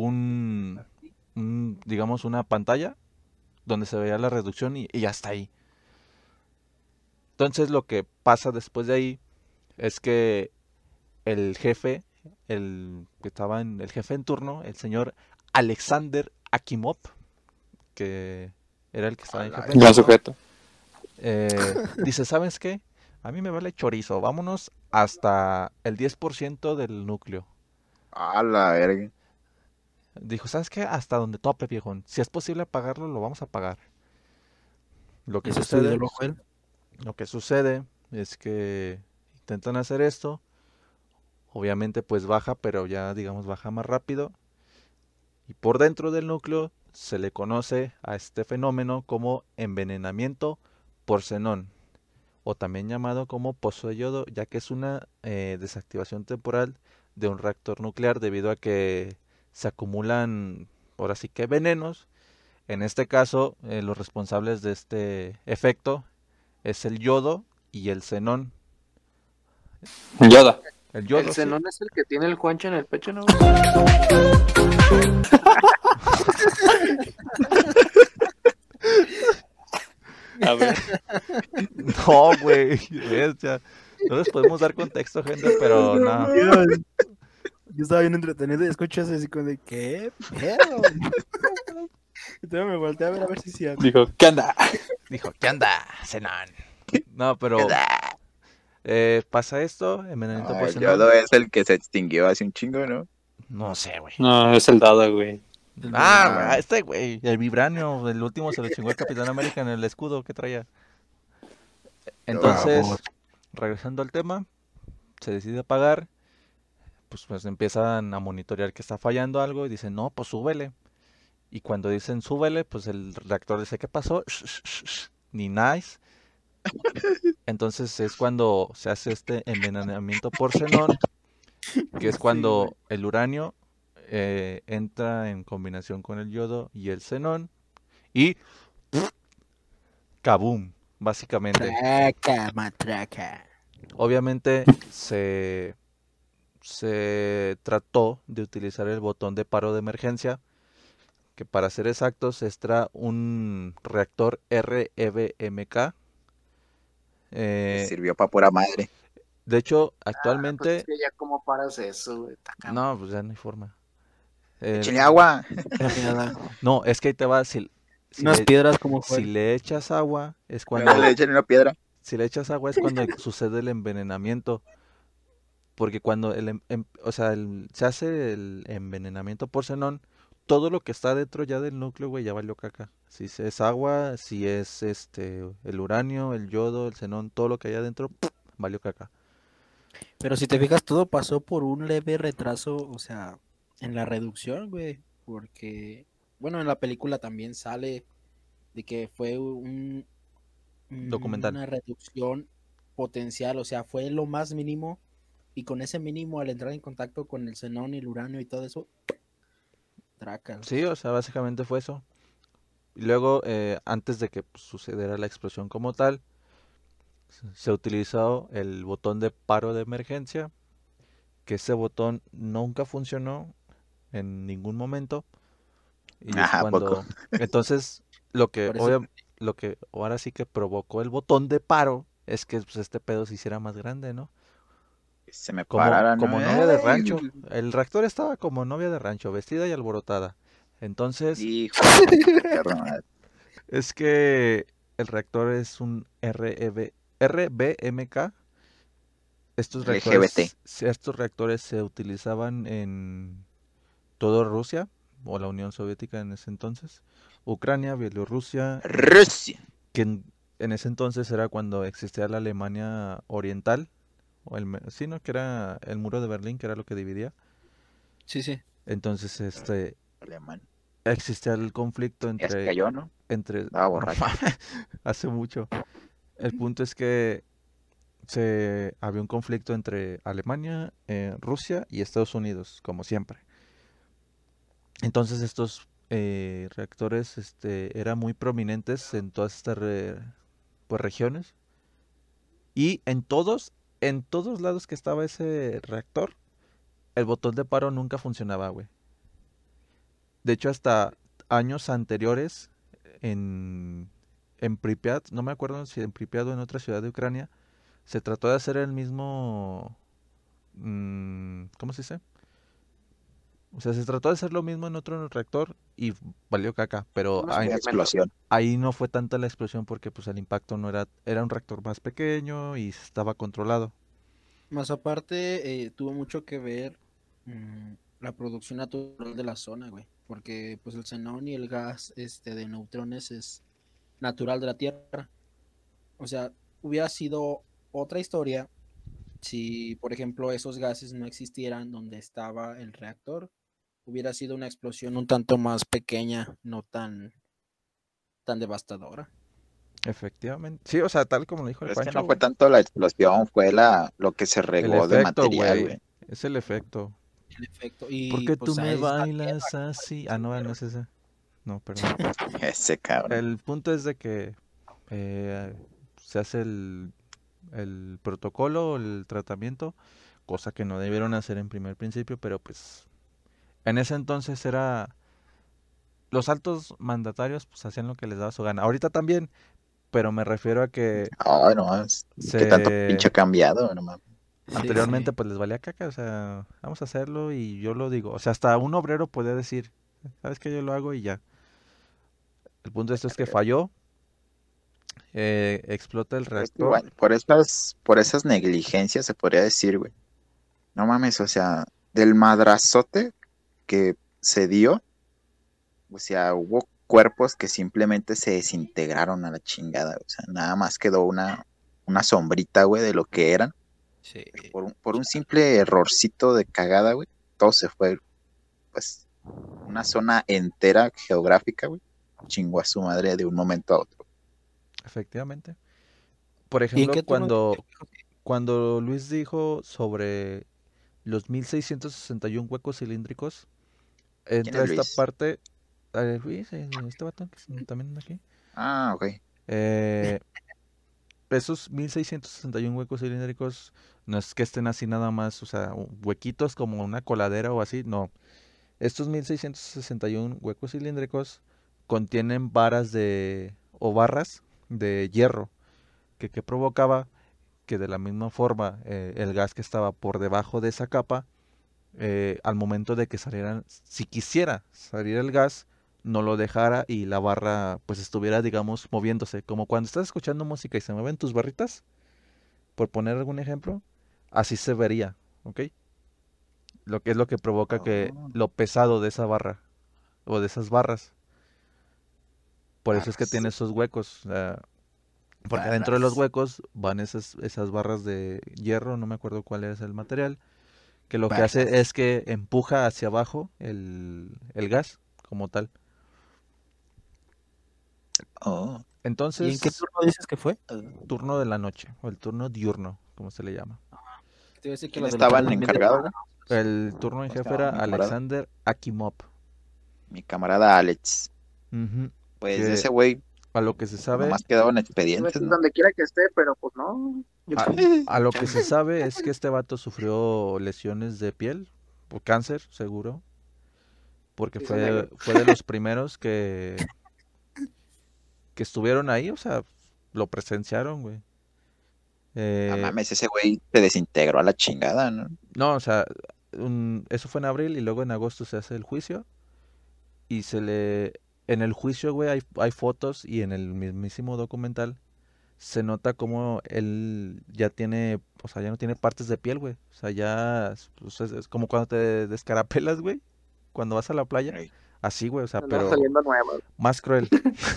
digamos, una pantalla donde se veía la reducción y hasta ahí. Entonces lo que pasa después de ahí es que el jefe, el jefe en turno, el señor Alexander Akimov, que era el que estaba en jefe en Gran turno, sujeto. dice, ¿sabes qué? A mí me vale chorizo, vámonos hasta el 10% del núcleo. A la verga. Dijo, ¿sabes qué? Hasta donde tope, viejón. Si es posible pagarlo, lo vamos a pagar. Lo que Ese sucede, estudio lo fue. lo que sucede es que intentan hacer esto. Obviamente pues baja, pero ya digamos baja más rápido. Y por dentro del núcleo se le conoce a este fenómeno como envenenamiento por xenón, o también llamado como pozo de yodo, ya que es una desactivación temporal de un reactor nuclear debido a que se acumulan, ahora sí que venenos. En este caso, los responsables de este efecto es el yodo y el xenón. Yoda. El yodo, El sí. xenón es el que tiene el Juancho en el pecho, ¿no? A ver, No, güey. ves, ya. No les podemos dar contexto, gente, pero no. Yo estaba bien entretenido y escucho eso así como de, ¿qué pedo? Entonces me volteé a ver si es cierto. dijo, ¿qué anda? Dijo, ¿qué anda, Zenon? No, pero pasa esto, envenenamiento por El xenón. yodo es el que se extinguió hace un chingo, ¿no? No sé, güey. No, es el dado, güey. Güey, este güey, el vibranio, el último se lo chingó el Capitán América en el escudo que traía. Entonces, regresando al tema, se decide apagar, pues empiezan a monitorear que está fallando algo y dicen, no, pues súbele. Y cuando dicen súbele, pues el reactor dice, ¿qué pasó? Ni nice. Entonces es cuando se hace este envenenamiento por xenón, que es cuando el uranio entra en combinación con el yodo y el xenón y ¡kaboom! Básicamente. Traca, matraca. Obviamente se trató de utilizar el botón de paro de emergencia, que para ser exactos extra un reactor REBMK. Sirvió para pura madre. De hecho, Pues actualmente... es que ya cómo paras eso, güey. Está cabrón. No, pues ya no hay forma. Échale agua. No, es que ahí te va, si Unas piedras como si le echas agua, es cuando... Luego le echan una piedra. Si le echas agua es cuando sucede el envenenamiento. Porque cuando se hace el envenenamiento por xenón, todo lo que está dentro ya del núcleo, güey, ya valió caca. Si es agua, si es el uranio, el yodo, el xenón, todo lo que hay adentro, valió caca. Pero si te fijas, todo pasó por un leve retraso, o sea, en la reducción, güey. Porque, bueno, en la película también sale de que fue Documental. una reducción potencial, o sea, fue lo más mínimo. Y con ese mínimo, al entrar en contacto con el xenón y el uranio y todo eso, traca. Sí, o sea, básicamente fue eso. Y luego, antes de que sucediera la explosión como tal, se utilizó el botón de paro de emergencia, que ese botón nunca funcionó en ningún momento. Y es Ajá, cuando... poco. Entonces, lo que Por eso- lo que ahora sí que provocó el botón de paro es que pues, este pedo se hiciera más grande, ¿no? Se me Como, parara, ¿no? como novia de Ay, rancho. El reactor estaba como novia de rancho, vestida y alborotada. Entonces, hijo de perra madre. es que el reactor es un RBMK. LGBT. Estos reactores se utilizaban en toda Rusia o la Unión Soviética en ese entonces, Ucrania, Bielorrusia, Rusia. que en ese entonces era cuando existía la Alemania Oriental, o sí, ¿no? Que era el muro de Berlín, que era lo que dividía. Sí, sí. Entonces, Alemán. existía el conflicto Ya se entre cayó, ¿no? Estaba borracho. hace mucho. El punto es que había un conflicto entre Alemania, Rusia y Estados Unidos, como siempre. Entonces estos reactores eran muy prominentes en todas estas pues, regiones. Y en todos lados que estaba ese reactor, el botón de paro nunca funcionaba, güey. De hecho, hasta años anteriores, en Pripyat, no me acuerdo si en Pripyat o en otra ciudad de Ucrania, se trató de hacer el mismo... ¿cómo se dice? O sea, se trató de hacer lo mismo en otro reactor y valió caca, pero Una ahí, Explosión. ahí no fue tanta la explosión porque pues el impacto no era un reactor más pequeño y estaba controlado. Más aparte, tuvo mucho que ver la producción natural de la zona, güey. Porque pues el xenón y el gas de neutrones es natural de la Tierra. O sea, hubiera sido otra historia si, por ejemplo, esos gases no existieran donde estaba el reactor. Hubiera sido una explosión un tanto más pequeña, no tan devastadora. Efectivamente. Sí, o sea, tal como lo dijo el Pero es que Pancho, no fue güey. tanto la explosión, fue lo que se El regó de efecto, material, güey. güey. Es el efecto. El efecto. ¿Por Y qué pues tú me es la bailas así? Ah, no, no es ese. No, perdón. Ese cabrón. El punto es de que se hace el protocolo, el tratamiento. cosa que no debieron hacer en primer principio, pero pues en ese entonces era los altos mandatarios pues hacían lo que les daba su gana. Ahorita también, pero me refiero a que Ay, no mames. ¿Qué tanto pinche ha cambiado? No mames. anteriormente pues les valía caca, o sea, vamos a hacerlo y yo lo digo. O sea, hasta un obrero podía decir, ¿sabes qué? Yo lo hago y ya. El punto de esto es que falló, explota el Es que, reactor. bueno, por esas negligencias se podría decir, güey. No mames, o sea, del madrazote que se dio, o sea, hubo cuerpos que simplemente se desintegraron a la chingada, o sea, nada más quedó una sombrita, güey, de lo que eran. Sí. Por un simple errorcito de cagada, güey, todo se fue, pues, una zona entera geográfica, güey, chingó a su madre de un momento a otro. Efectivamente. Por ¿Y en ejemplo, qué turno? cuando Luis dijo sobre los 1661 huecos cilíndricos, ¿Quién entra es esta Luis? parte. Luis, este vato que también anda aquí. Ah, ok. Esos 1661 huecos cilíndricos no es que estén así nada más, o sea, huequitos como una coladera o así, no. Estos 1661 huecos cilíndricos contienen varas o barras de hierro, que provocaba que de la misma forma el gas que estaba por debajo de esa capa, al momento de que salieran, si quisiera salir el gas, no lo dejara y la barra pues estuviera, digamos, moviéndose, como cuando estás escuchando música y se mueven tus barritas, por poner algún ejemplo, así se vería, ¿ok? Lo que es lo que provoca que Oh, lo pesado de esa barra o de esas barras, por eso es que tiene barras. esos huecos, porque adentro de los Barras. huecos van esas barras de hierro, no me acuerdo cuál es el material, que lo que Barras. hace es que empuja hacia abajo el gas como tal. Oh. ¿Y en qué Entonces, turno dices que fue? turno de la noche, o el turno diurno, como se le llama. Te iba a decir que ¿Quién los de la estaban tarde también encargados, güey? El turno en ¿Cómo se jefe llamaba era mi camarada? Alexander Akimov. Mi camarada Alex. Ujú. Pues de ese Que güey a lo que se pues, sabe, nomás quedaban Iba a expedientes, decir ¿no? donde quiera que esté, pero pues no. a lo que se sabe es que este vato sufrió lesiones de piel, o cáncer, seguro, porque Hizo negro. fue de los primeros que estuvieron ahí, o sea, lo presenciaron, güey. No Eh, mames, ese güey se desintegró a la chingada, ¿no? no, o sea, eso fue en abril y luego en agosto se hace el juicio y en el juicio, güey, hay fotos y en el mismísimo documental se nota como él ya tiene, o sea, ya no tiene partes de piel, güey. O sea, ya, pues, es como cuando te descarapelas, güey, cuando vas a la playa. Ey. Así, güey, o sea, Andaba pero saliendo nueva. más cruel.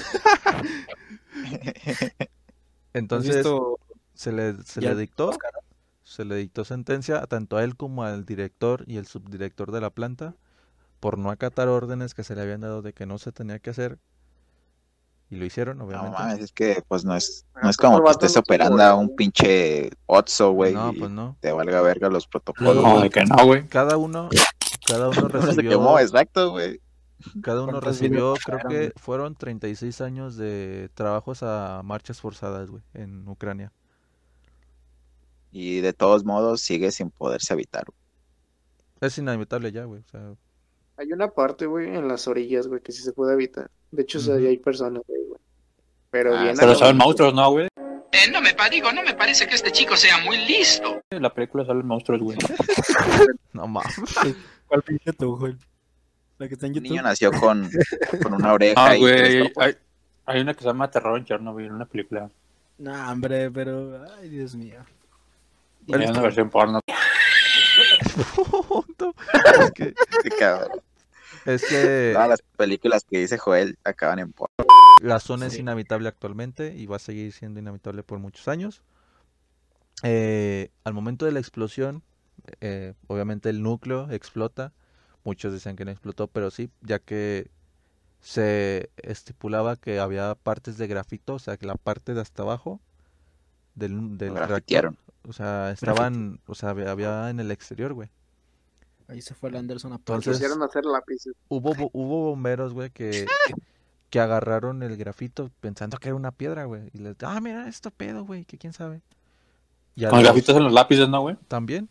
¿Has Entonces, visto se ya le dictó, Oscar? se le dictó sentencia tanto a él como al director y el subdirector de la planta por no acatar órdenes que se le habían dado de que no se tenía que hacer. Y lo hicieron, No obviamente. mames, es que pues no es Pero pues como el que vato estés no se operando a un pinche Otso, güey, No, y pues no. te valga verga los protocolos. Como de que no, güey. Cada uno Uno se recibió, quemó, exacto, güey. cada uno ¿Cuántas vidas recibió, se creo pagaron, que güey? fueron 36 años de trabajos a marchas forzadas, güey, en Ucrania. Y de todos modos sigue sin poderse evitar. Es inevitable ya, güey. O sea, Hay una parte, güey, en las orillas, güey, que sí se puede evitar. De hecho, o sea, Ujú. hay personas ahí, güey. Pero Ah, bien sí. Pero acabado. salen monstruos, ¿no, güey? No me parece que este chico sea muy listo. En la película salen monstruos, güey. no mames. ¿Cuál pinche tú, güey? La que está en Un niño YouTube. nació con una oreja Ah, y tres güey, ojos. hay una que se llama Terror en Chernobyl, una película. No, hombre, pero. Ay, Dios mío. Hay una versión porno. es que, Sí, cabrón. es que Todas las películas que dice Joel acaban en porno. la zona es Sí. inhabitable actualmente y va a seguir siendo inhabitable por muchos años. Al momento de la explosión, obviamente el núcleo explota. Muchos dicen que no explotó, pero sí, ya que se estipulaba que había partes de grafito, o sea, que la parte de hasta abajo del Lo reactor, grafitearon. o sea, estaban, o sea, había en el exterior, güey. Ahí se fue el Anderson a Entonces, Quisieron hacer lápices. hubo bomberos, güey, que agarraron el grafito pensando que era una piedra, güey. Y les, mira, esto pedo, güey, que quién sabe. Y a Con los- grafitos en los lápices, ¿no, güey? también.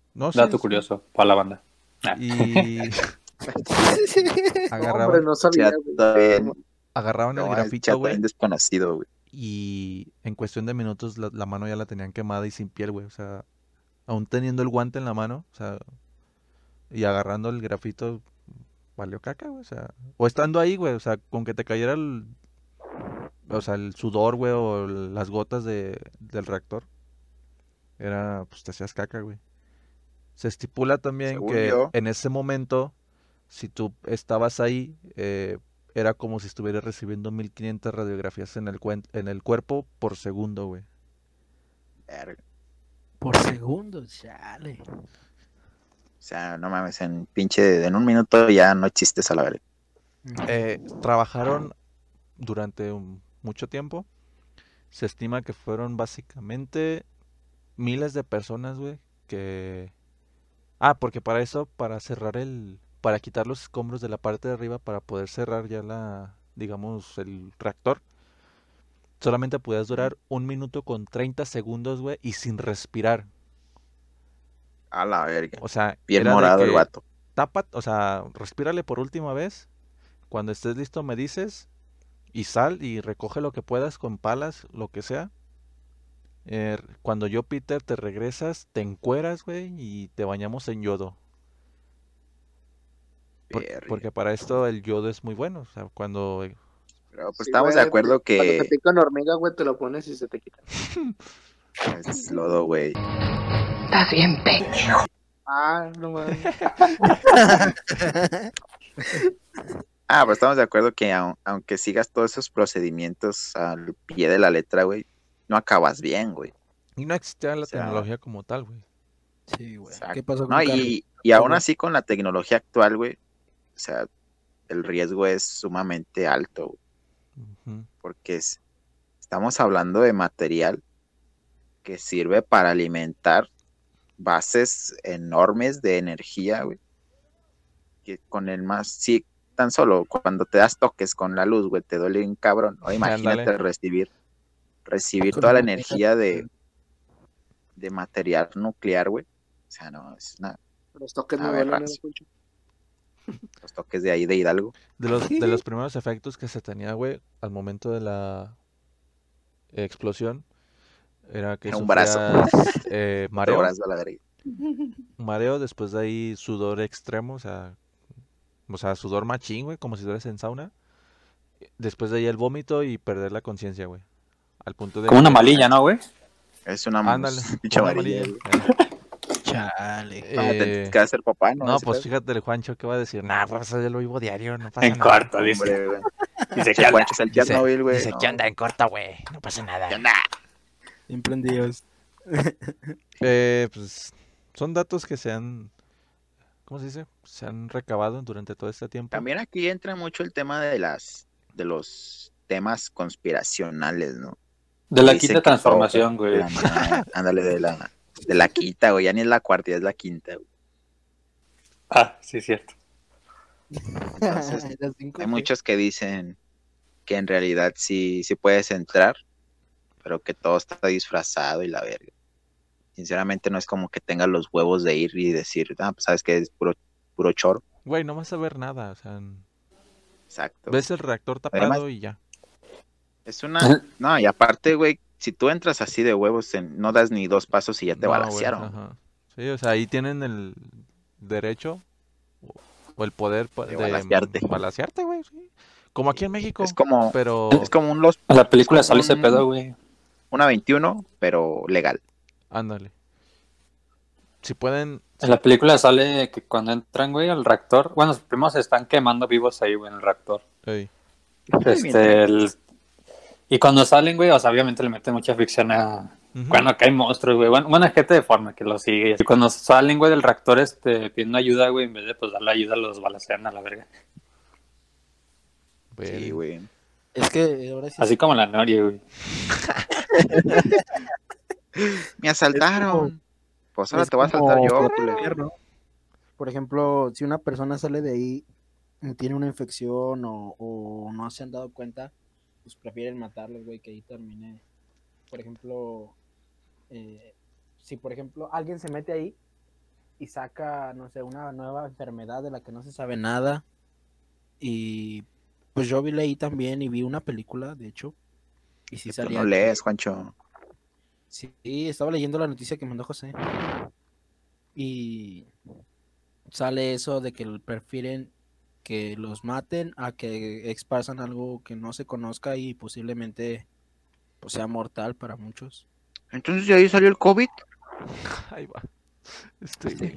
No, sí, Dato sí. curioso para la banda. Ah. Y Hombre, agarraban, no sabía, Chato güey. también, agarraban el no, el grafito, chato bien güey, desconocido, güey. y en cuestión de minutos la mano ya la tenían quemada y sin piel, güey. O sea, aún teniendo el guante en la mano, o sea, y agarrando el grafito, valió caca, güey. O sea, o estando ahí, güey, o sea, con que te cayera o sea, el sudor, güey, o las gotas del reactor, pues te hacías caca, güey. Se estipula también Según que yo, en ese momento, si tú estabas ahí, era como si estuvieras recibiendo 1500 radiografías en el cuerpo por segundo, güey. verga. Por segundo, chale. O sea, no mames, en un minuto ya no existes a la verga. Trabajaron durante mucho tiempo. Se estima que fueron básicamente miles de personas, güey, que... Ah, porque para eso, para quitar los escombros de la parte de arriba, para poder cerrar ya digamos, el reactor, solamente podías durar 1 minuto con 30 segundos, güey, y sin respirar. A la verga. O sea, Bien era de morado el que vato. o sea, respírale por última vez. Cuando estés listo me dices y sal y recoge lo que puedas con palas, lo que sea. Cuando yo, Peter, te regresas, te encueras, güey, y te bañamos en yodo. Verga. Porque para esto el yodo es muy bueno. O sea, cuando... Pero pues Sí, estamos de güey, acuerdo cuando te que pica una hormiga, güey, te lo pones y se te quita. es lodo, güey. Estás bien pendejo. Ah, no mames. Ah, pues estamos de acuerdo que aunque sigas todos esos procedimientos al pie de la letra, güey, no acabas bien, güey. Y no existía O la sea, tecnología como tal, güey. Sí, güey. ¿Qué exacto. pasó No, con Carlos? y aún ¿Cómo? así con la tecnología actual, güey, o sea, el riesgo es sumamente alto, güey, Ujú. porque estamos hablando de material que sirve para alimentar bases enormes de energía, güey, que con el más, sí, tan solo cuando te das toques con la luz, güey, te duele un cabrón, ¿no? Ándale. Imagínate recibir Con toda la una- energía de material nuclear, güy. O sea, no, es Los toques una me duelen, ¿no, aberración. Poncho? Los toques de ahí de Hidalgo. De los primeros efectos que se tenía, güey, al momento de la explosión, era que Era un brazo, sufrías otro mareo, brazo a la verga. después de ahí sudor extremo, o sea, sudor machín, güey, como si estuvieras en sauna. Después de ahí el vómito y perder la conciencia, güey. Al punto de Como una que, malilla, ¿no, güey? Es una ándale, pinche como una amarilla, amarilla. güey. Chale. Ah, te Eh, quedas ser papá, ¿no? no, Ese pues pedo. fíjate el Juancho que va a decir, nah, pues eso yo lo vivo diario, no pasa En nada. corto, dice. Hombre, güey. Dice que Che, anda. Juancho es el Chernobyl, güey. Dice, No, ¿qué onda en corto, güey? No pasa nada. ¿qué onda? Siempre en Dios. Pues son datos que ¿cómo se dice? Se han recabado durante todo este tiempo. También aquí entra mucho el tema de los temas conspiracionales, ¿no? De la Dicen quinta que todo transformación, güey. ándale, de la quinta, güey. Ya ni es la cuarta, ya es la quinta, güey. Ah, sí, es cierto. Entonces, Las cinco, hay ¿qué? muchos que dicen que en realidad sí puedes entrar, pero que todo está disfrazado y la verga. Sinceramente no es como que tengas los huevos de ir y decir, ah, pues sabes que es puro choro. Güey, no vas a ver nada, o sea, Exacto. ves el reactor Además, tapado y ya. es una... No, y aparte, güey, si tú entras así de huevos, no das ni 2 pasos y ya te No, güey, balacearon. ajá. Sí, o sea, ahí tienen el derecho o el poder De balacearte. balacearte, güey, sí. Como aquí en México, Es como pero En la película es como sale ese pedo, güey. una 21, pero legal. ándale. Si pueden, En la película sale que cuando entran, güey, al reactor. Bueno, primero se están quemando vivos ahí, güey, en el reactor. ey, Y cuando salen, güey, o sea, obviamente le meten mucha ficción a. ujú, Cuando caen monstruos, güey. Bueno, gente de forma que lo sigue. Y cuando salen, güey, del reactor, pidiendo ayuda, güey, en vez de pues darle ayuda, los balacean a la verga. Sí, verga. güey. Es que ahora sí. Así como la Noria, güey. Me asaltaron. Pues ahora Es te voy a asaltar como yo, proteger, culero. ¿no? Por ejemplo, si una persona sale de ahí y tiene una infección o no se han dado cuenta, pues prefieren matarlos, güey, que ahí termine. Por ejemplo, si por ejemplo alguien se mete ahí y saca, no sé, una nueva enfermedad de la que no se sabe nada. Y pues yo leí también y vi una película, de hecho, y sí Que tú salía no lees, Juancho. Sí, estaba leyendo la noticia que mandó José y sale eso de que prefieren que los maten a que esparzan algo que no se conozca y posiblemente pues, sea mortal para muchos. Entonces de ahí salió el COVID. Ahí va. Güey.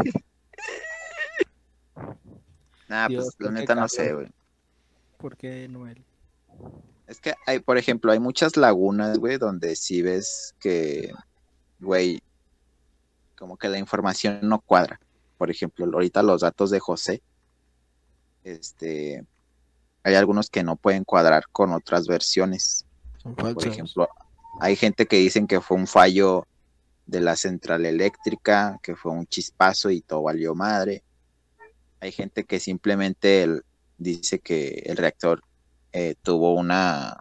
Nah, Dios, pues la ¿por qué, neta no Carlos? sé, güey. ¿Por qué Noel? Es que hay, por ejemplo, hay muchas lagunas, güey, donde sí ves que, güey, como que la información no cuadra. Por ejemplo, ahorita los datos de José, hay algunos que no pueden cuadrar con otras versiones. Son Por falsos. ejemplo, hay gente que dicen que fue un fallo de la central eléctrica, que fue un chispazo y todo valió madre. Hay gente que simplemente dice que el reactor tuvo una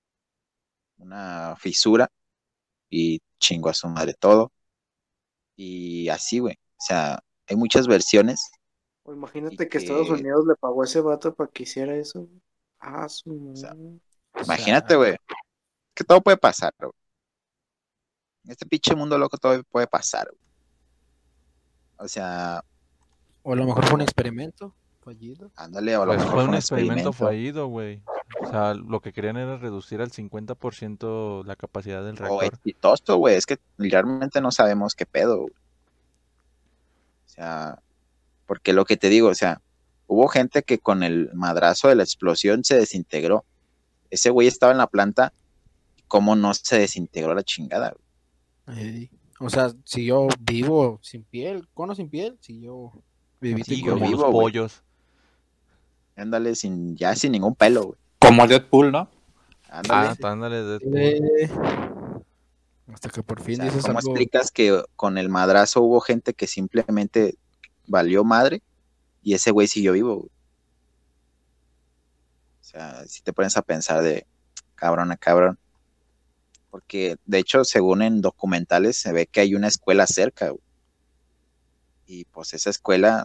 fisura y chingó a su madre todo. Y así, güey. O sea, hay muchas versiones O y imagínate que Estados que, Unidos le pagó a ese vato para que hiciera eso. Su o sea, madre. O imagínate, sea, güey, que todo puede pasar, güey. En este pinche mundo loco todo puede pasar, güey. O sea, o a lo mejor fue un experimento fallido. ándale, o a lo Pues mejor fue fue un un experimento experimento. fallido, güey. O sea, lo que querían era reducir al 50% la capacidad del O reactor. exitoso, güey. Es que realmente no sabemos qué pedo, güey. O sea, porque lo que te digo, o sea, hubo gente que con el madrazo de la explosión se desintegró. Ese güey estaba en la planta, ¿cómo no se desintegró la chingada, güey? Ey. O sea, si yo vivo sin piel, cono sin piel, si yo vivito y Sí, yo como coleando. los vivo, güey. pollos. Ándale, ya sin ningún pelo, güey. Como Deadpool, ¿no? Ándale. Ándale, Deadpool. Hasta que por O fin sea, dices ¿cómo algo. explicas que con el madrazo hubo gente que simplemente valió madre y ese güey siguió vivo, güey? O sea, si te pones a pensar de cabrón a cabrón. Porque, de hecho, según en documentales, se ve que hay una escuela cerca, güey. Y pues esa escuela,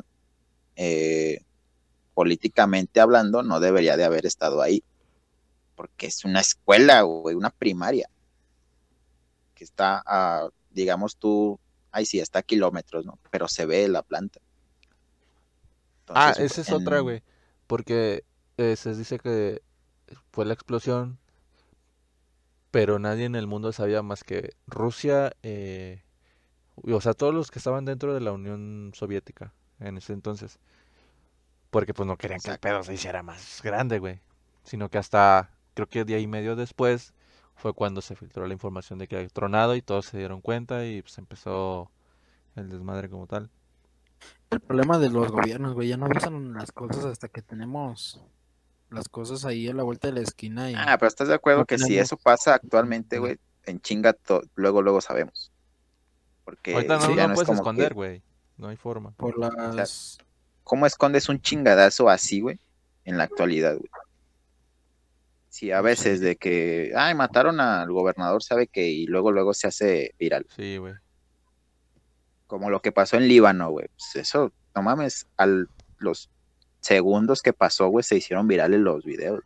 políticamente hablando, no debería de haber estado ahí. Porque es una escuela, güey, una primaria. Que está a, digamos tú, ahí sí, está a kilómetros, ¿no? Pero se ve la planta. Entonces, Esa es otra, güey. Porque se dice que fue la explosión, pero nadie en el mundo sabía más que Rusia, o sea, todos los que estaban dentro de la Unión Soviética en ese entonces. Porque pues no querían que el exacto. pedo se hiciera más grande, güey. Sino que hasta, creo que día y medio después, fue cuando se filtró la información de que había tronado y todos se dieron cuenta y pues empezó el desmadre como tal. El problema de los gobiernos, güey, ya no avisan las cosas hasta que tenemos las cosas ahí a la vuelta de la esquina y Pero ¿estás de acuerdo no que si tenemos eso pasa actualmente, güey, en chinga, luego sabemos? Porque Ahorita no Sí, ya lo no es puedes como que, esconder, güey. No hay forma. por o sea, las... ¿cómo escondes un chingadazo así, güey, en la actualidad, güey? Sí, a No veces sé. de que, mataron al gobernador, sabe que, y luego se hace viral. Sí, güey. Como lo que pasó en Líbano, güey. Pues eso, no mames, los segundos que pasó, güey, se hicieron virales los videos.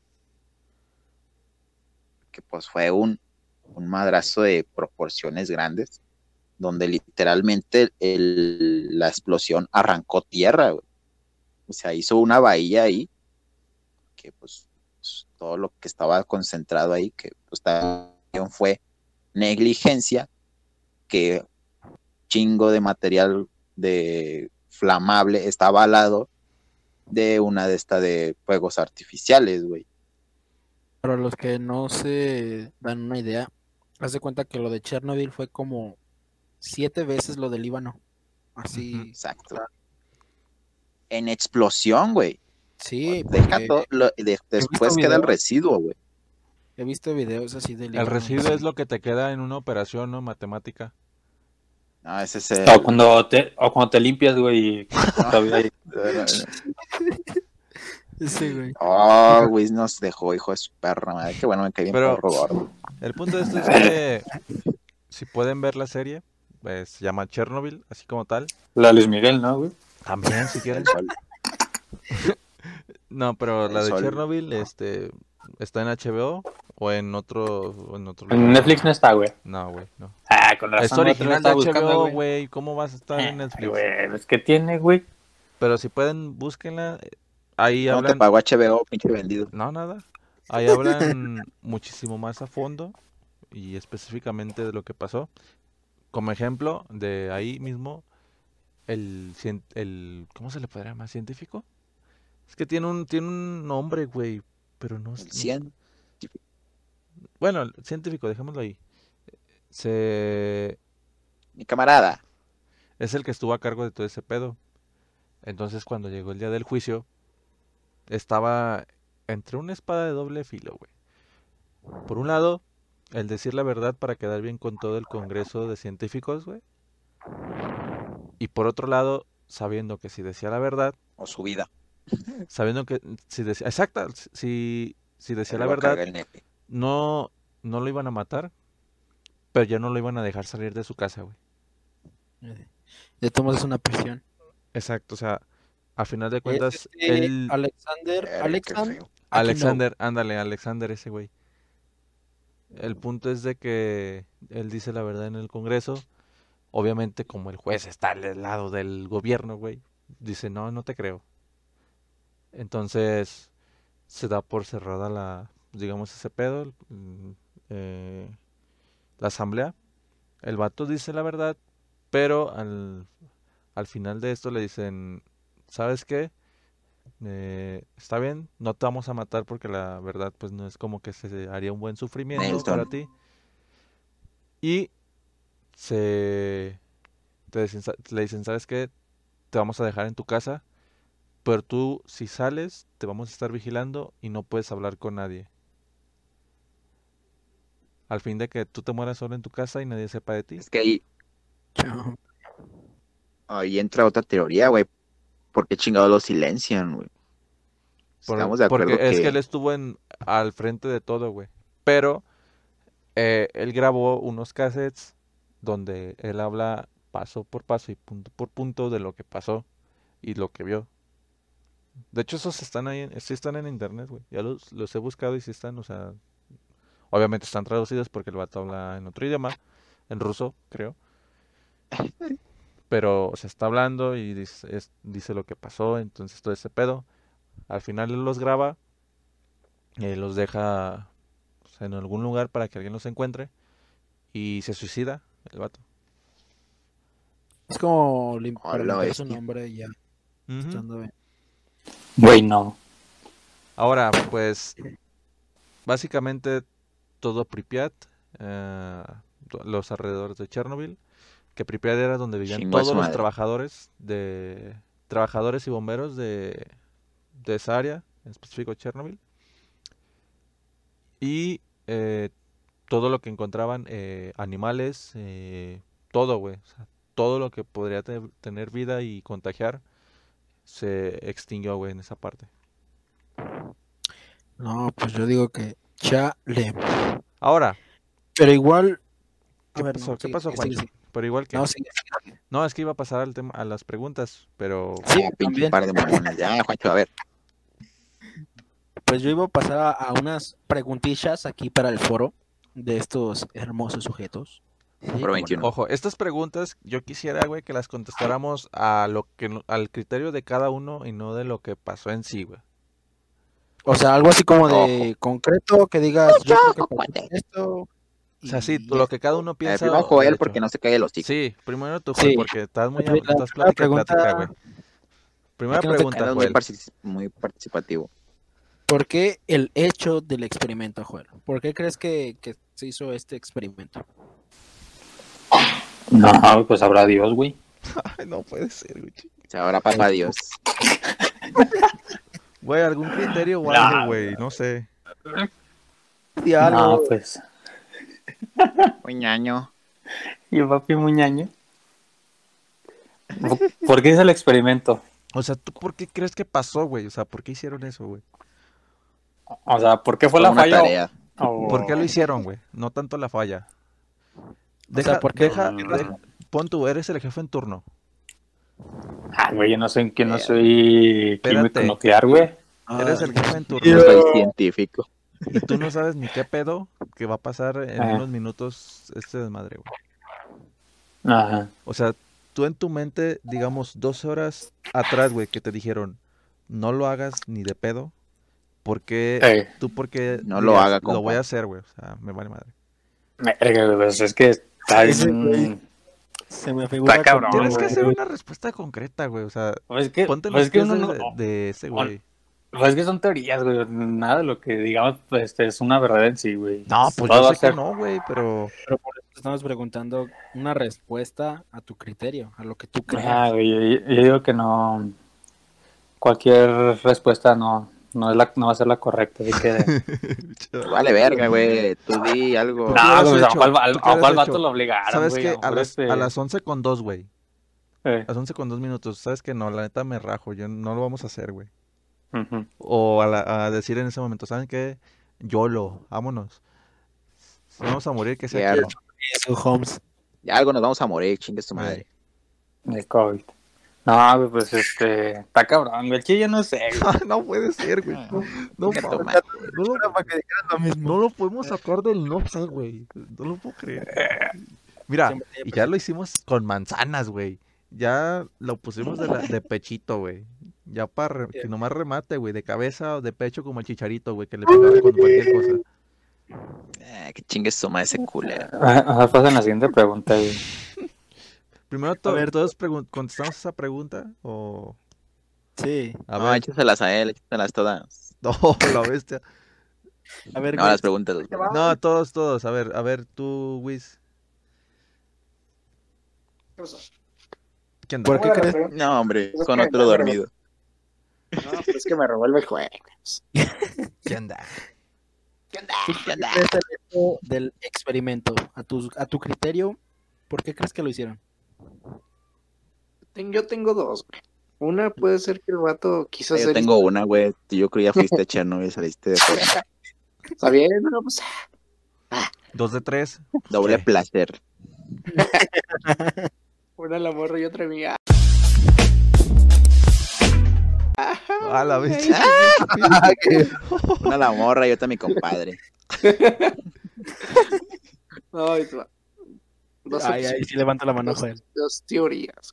Que pues fue un madrazo de proporciones grandes, donde literalmente la explosión arrancó tierra, güey. O sea, hizo una bahía ahí, que pues todo lo que estaba concentrado ahí, que pues también fue negligencia, que chingo de material de flamable estaba al lado de una de fuegos artificiales, güey. Para los que no se dan una idea, haz de cuenta que lo de Chernobyl fue como 7 veces lo del Líbano. Así, Exacto. En explosión, güey. sí, Deja porque todo, después queda el videos. residuo, güey. He visto videos así del El Líbano. residuo es lo que te queda en una operación, ¿no? Matemática. No, ese es O cuando te limpias, güey. Todavía hay- Ese, güey. Güey, nos dejó, hijo de su perra madre. Qué bueno, me caí bien Pero porro gordo. el punto de esto es que si pueden ver la serie, se llama Chernobyl, así como tal. La Luis Miguel, ¿no, güey? También, si quieren. El sol. No, pero El la de sol. Chernobyl, está en HBO o en otro En lugar. Netflix no está, güey. No, güey, no. Ah, con razón. Es no te lo original de estaba buscando, HBO, güey. ¿Cómo vas a estar en Ay, Netflix? güey, es que tiene, güey. Pero si pueden, búsquenla. Ahí ¿Cómo te hablan. pagó HBO, pinche vendido? No, nada. Ahí hablan muchísimo más a fondo y específicamente de lo que pasó. Como ejemplo, de ahí mismo, ¿cómo se le podría llamar? ¿Científico? Es que tiene un nombre, güey, pero no El es... 100. Bueno, el científico, dejémoslo ahí. Mi camarada. Es el que estuvo a cargo de todo ese pedo. Entonces, cuando llegó el día del juicio, estaba entre una espada de doble filo, güey. Por un lado, el decir la verdad para quedar bien con todo el Congreso de Científicos, güey. Y por otro lado, sabiendo que si decía la verdad, O su vida. sabiendo que si decía, exacta, si decía la Lo va a verdad, cargar el nepe. no lo iban a matar, pero ya no lo iban a dejar salir de su casa, güey. De todos modos es una prisión. Exacto, o sea, a final de Es cuentas, él, Verga, qué feo. Alexander, ándale, Alexander ese güey. El punto es de que él dice la verdad en el Congreso. Obviamente, como el juez está al lado del gobierno, güey, dice, no te creo. Entonces, se da por cerrada digamos, ese pedo, la asamblea. El vato dice la verdad, pero al final de esto le dicen, ¿sabes qué? Está bien, no te vamos a matar porque la verdad pues no es como que se haría un buen sufrimiento Nelson. para ti. Y le dicen, ¿sabes qué? Te vamos a dejar en tu casa, pero tú si sales te vamos a estar vigilando y no puedes hablar con nadie. Al fin de que tú te mueras solo en tu casa y nadie sepa de ti. Es que ahí entra otra teoría, güey. ¿Por qué chingados lo silencian, güey? Estamos de acuerdo Porque es que que él estuvo al frente de todo, güey. Pero él grabó unos cassettes donde él habla paso por paso y punto por punto de lo que pasó y lo que vio. De hecho, esos sí están en internet, güey. Ya los he buscado y sí están, o sea, obviamente están traducidos porque el vato habla en otro idioma, en ruso, creo. Pero se está hablando y dice lo que pasó, entonces todo ese pedo. Al final él los graba, los deja pues, en algún lugar para que alguien los encuentre y se suicida el vato. Es como Hola, limpiar su bestia. nombre ya. Ujú. Estando bien. Güey, no. Ahora, pues, básicamente todo Pripyat, los alrededores de Chernobyl, que Pripyat era donde vivían Chingó a todos su los madre. trabajadores y bomberos de esa área, en específico Chernobyl. Y todo lo que encontraban, animales, todo, güey. O sea, todo lo que podría tener vida y contagiar se extinguió, güey, en esa parte. No, pues yo digo que chale. Ahora, Pero igual. ¿qué pasó? ¿Qué pasó, Juancho? Pero igual que... No, sí. No, es que iba a pasar al tema, a las preguntas, pero... Sí, Ah, pinche también. par de mamones. Ya, Juancho, a ver. Pues yo iba a pasar a unas preguntillas aquí para el foro de estos hermosos sujetos. Sí, Foro cómo 21. no. Ojo, estas preguntas yo quisiera, güey, que las contestáramos al criterio de cada uno y no de lo que pasó en sí, güey. O sea, algo así como de concreto que digas, yo creo que pasó esto. O sea, sí, y lo que cada uno piensa. Primero de Joel, hecho. porque no se cae los ticos. Sí, primero tú, Joel, Sí. porque estás muy... La Estás primera plática, güey. Primera Es que no te pregunta, Eres muy, Joel. muy participativo. ¿Por qué el hecho del experimento, Joel? ¿Por qué crees que se hizo este experimento? No, pues habrá Dios, güey. Ay, no puede ser, güey. O sea, ahora papá Dios. Güey, algún criterio o No, algo, güey, no sé. No, pues. Muy ñaño. Y el papi Muñaño. ¿Por qué es el experimento? O sea, ¿tú por qué crees que pasó, güey? O sea, ¿por qué hicieron eso, güey? O sea, ¿por qué fue Fue la una falla? tarea. O- ¿Por qué lo hicieron, güey? No tanto la falla. O sea, ¿por qué? pon tú, eres el jefe en turno. Güey, yo no soy químico Espérate. nuclear, güey. Eres el jefe en No turno. soy científico. Y tú no sabes ni qué pedo que va a pasar en Ajá. unos minutos este desmadre, güey. Ajá. O sea, tú en tu mente, digamos, 12 horas atrás, güey, que te dijeron, no lo hagas ni de pedo. ¿Por qué? ¿Tú por qué No lo dirías, haga, lo voy compa. a hacer, güey? O sea, me vale madre. Verga, güey, pues es que está Ese güey bien. se me figura cabrón, como- Tienes que güey. hacer una respuesta concreta, güey. O sea, Pues es que, ponte en pues los es que pies uno de, no. de ese güey. Pues es que son teorías, güey. Nada de lo que digamos pues, es una verdad en sí, güey. No, pues Todo yo va a sé que ser- no, güey, pero... Pero por eso te estamos preguntando una respuesta a tu criterio, a lo que tú creas. Güey, yo digo que no. Cualquier respuesta no va a ser la correcta. Así que. Vale verga, güey. Tú di algo. ¿Qué No, hubieras pues a hecho? lo mejor ¿Tú qué a lo mejor hubieras al vato hecho? lo obligaron, ¿Sabes güey. qué? A A lo mejor las 11:02, güey. eh, A las 11:02, ¿sabes qué? No, la neta me rajo. Yo no lo vamos a hacer, güey. ujú. O a decir en ese momento, ¿saben qué? YOLO, vámonos. Si vamos a morir, que sea Ya, aquí. Eso, Holmes. Ya algo nos vamos a morir, chingue tu madre. El COVID. No, güey, pues está cabrón, güey. Che, yo no sé, güey. No puede ser, güey. No, Chinga tu mames. madre. No lo podemos sacar del no sé, güey. No lo puedo creer. Mira, Siempre tiene y ya lo hicimos con manzanas, güey. Ya lo pusimos de pechito, güey. Ya para que nomás remate, güey. De cabeza o de pecho como el chicharito, güey. Que le pegaba con cualquier cosa. Que chingue su madre ese culero. Pasen la siguiente pregunta, güey. Primero, ver, ¿todos contestamos esa pregunta? O... Sí. A No, ver, échaselas a él, échaselas todas. no, la bestia. A ver, No, güey, las preguntas. No, todos. A ver, tú, Wiz. ¿Qué onda? ¿por qué crees? No, hombre, con otro dormido. No, pues es que me revuelve el juego. ¿Qué onda? ¿Qué onda? ¿Tú ¿Qué onda? crees el hecho del experimento? A tu criterio, ¿por qué crees que lo hicieron? Yo tengo dos, güey. Una puede ser que el vato quiso Yo hacer. tengo una, güey. Yo creo que ya fuiste a Chernobyl y saliste de fuera. Está bien, no, pues. 2 de 3. Doble ¿Qué? placer. Una la morra y otra amiga. A la bestia. Una la morra y otra mi compadre. Ay, tú. Dos Ay, sí levanta la mano, Joel. dos teorías.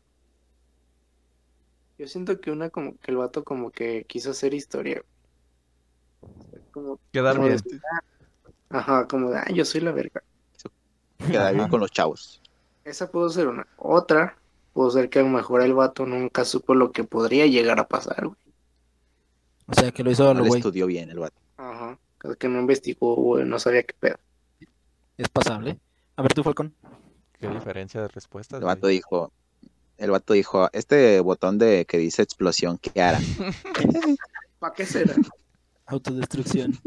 Yo siento que una como que el vato como que quiso hacer historia. Como, Quedar como bien. de- ajá, como de, yo soy la verga. Queda bien Ajá. con los chavos. Esa pudo ser una. Otra, pudo ser que a lo mejor el vato nunca supo lo que podría llegar a pasar, güey. O sea, que lo hizo a No lo le güey. estudió bien el vato. Ajá. Que no investigó, güey, no sabía qué pedo. Es pasable. A ver, tú, Falcón. Qué diferencia de respuestas, El güey. vato dijo, este botón de que dice explosión, ¿qué hará? ¿Para qué será? Autodestrucción.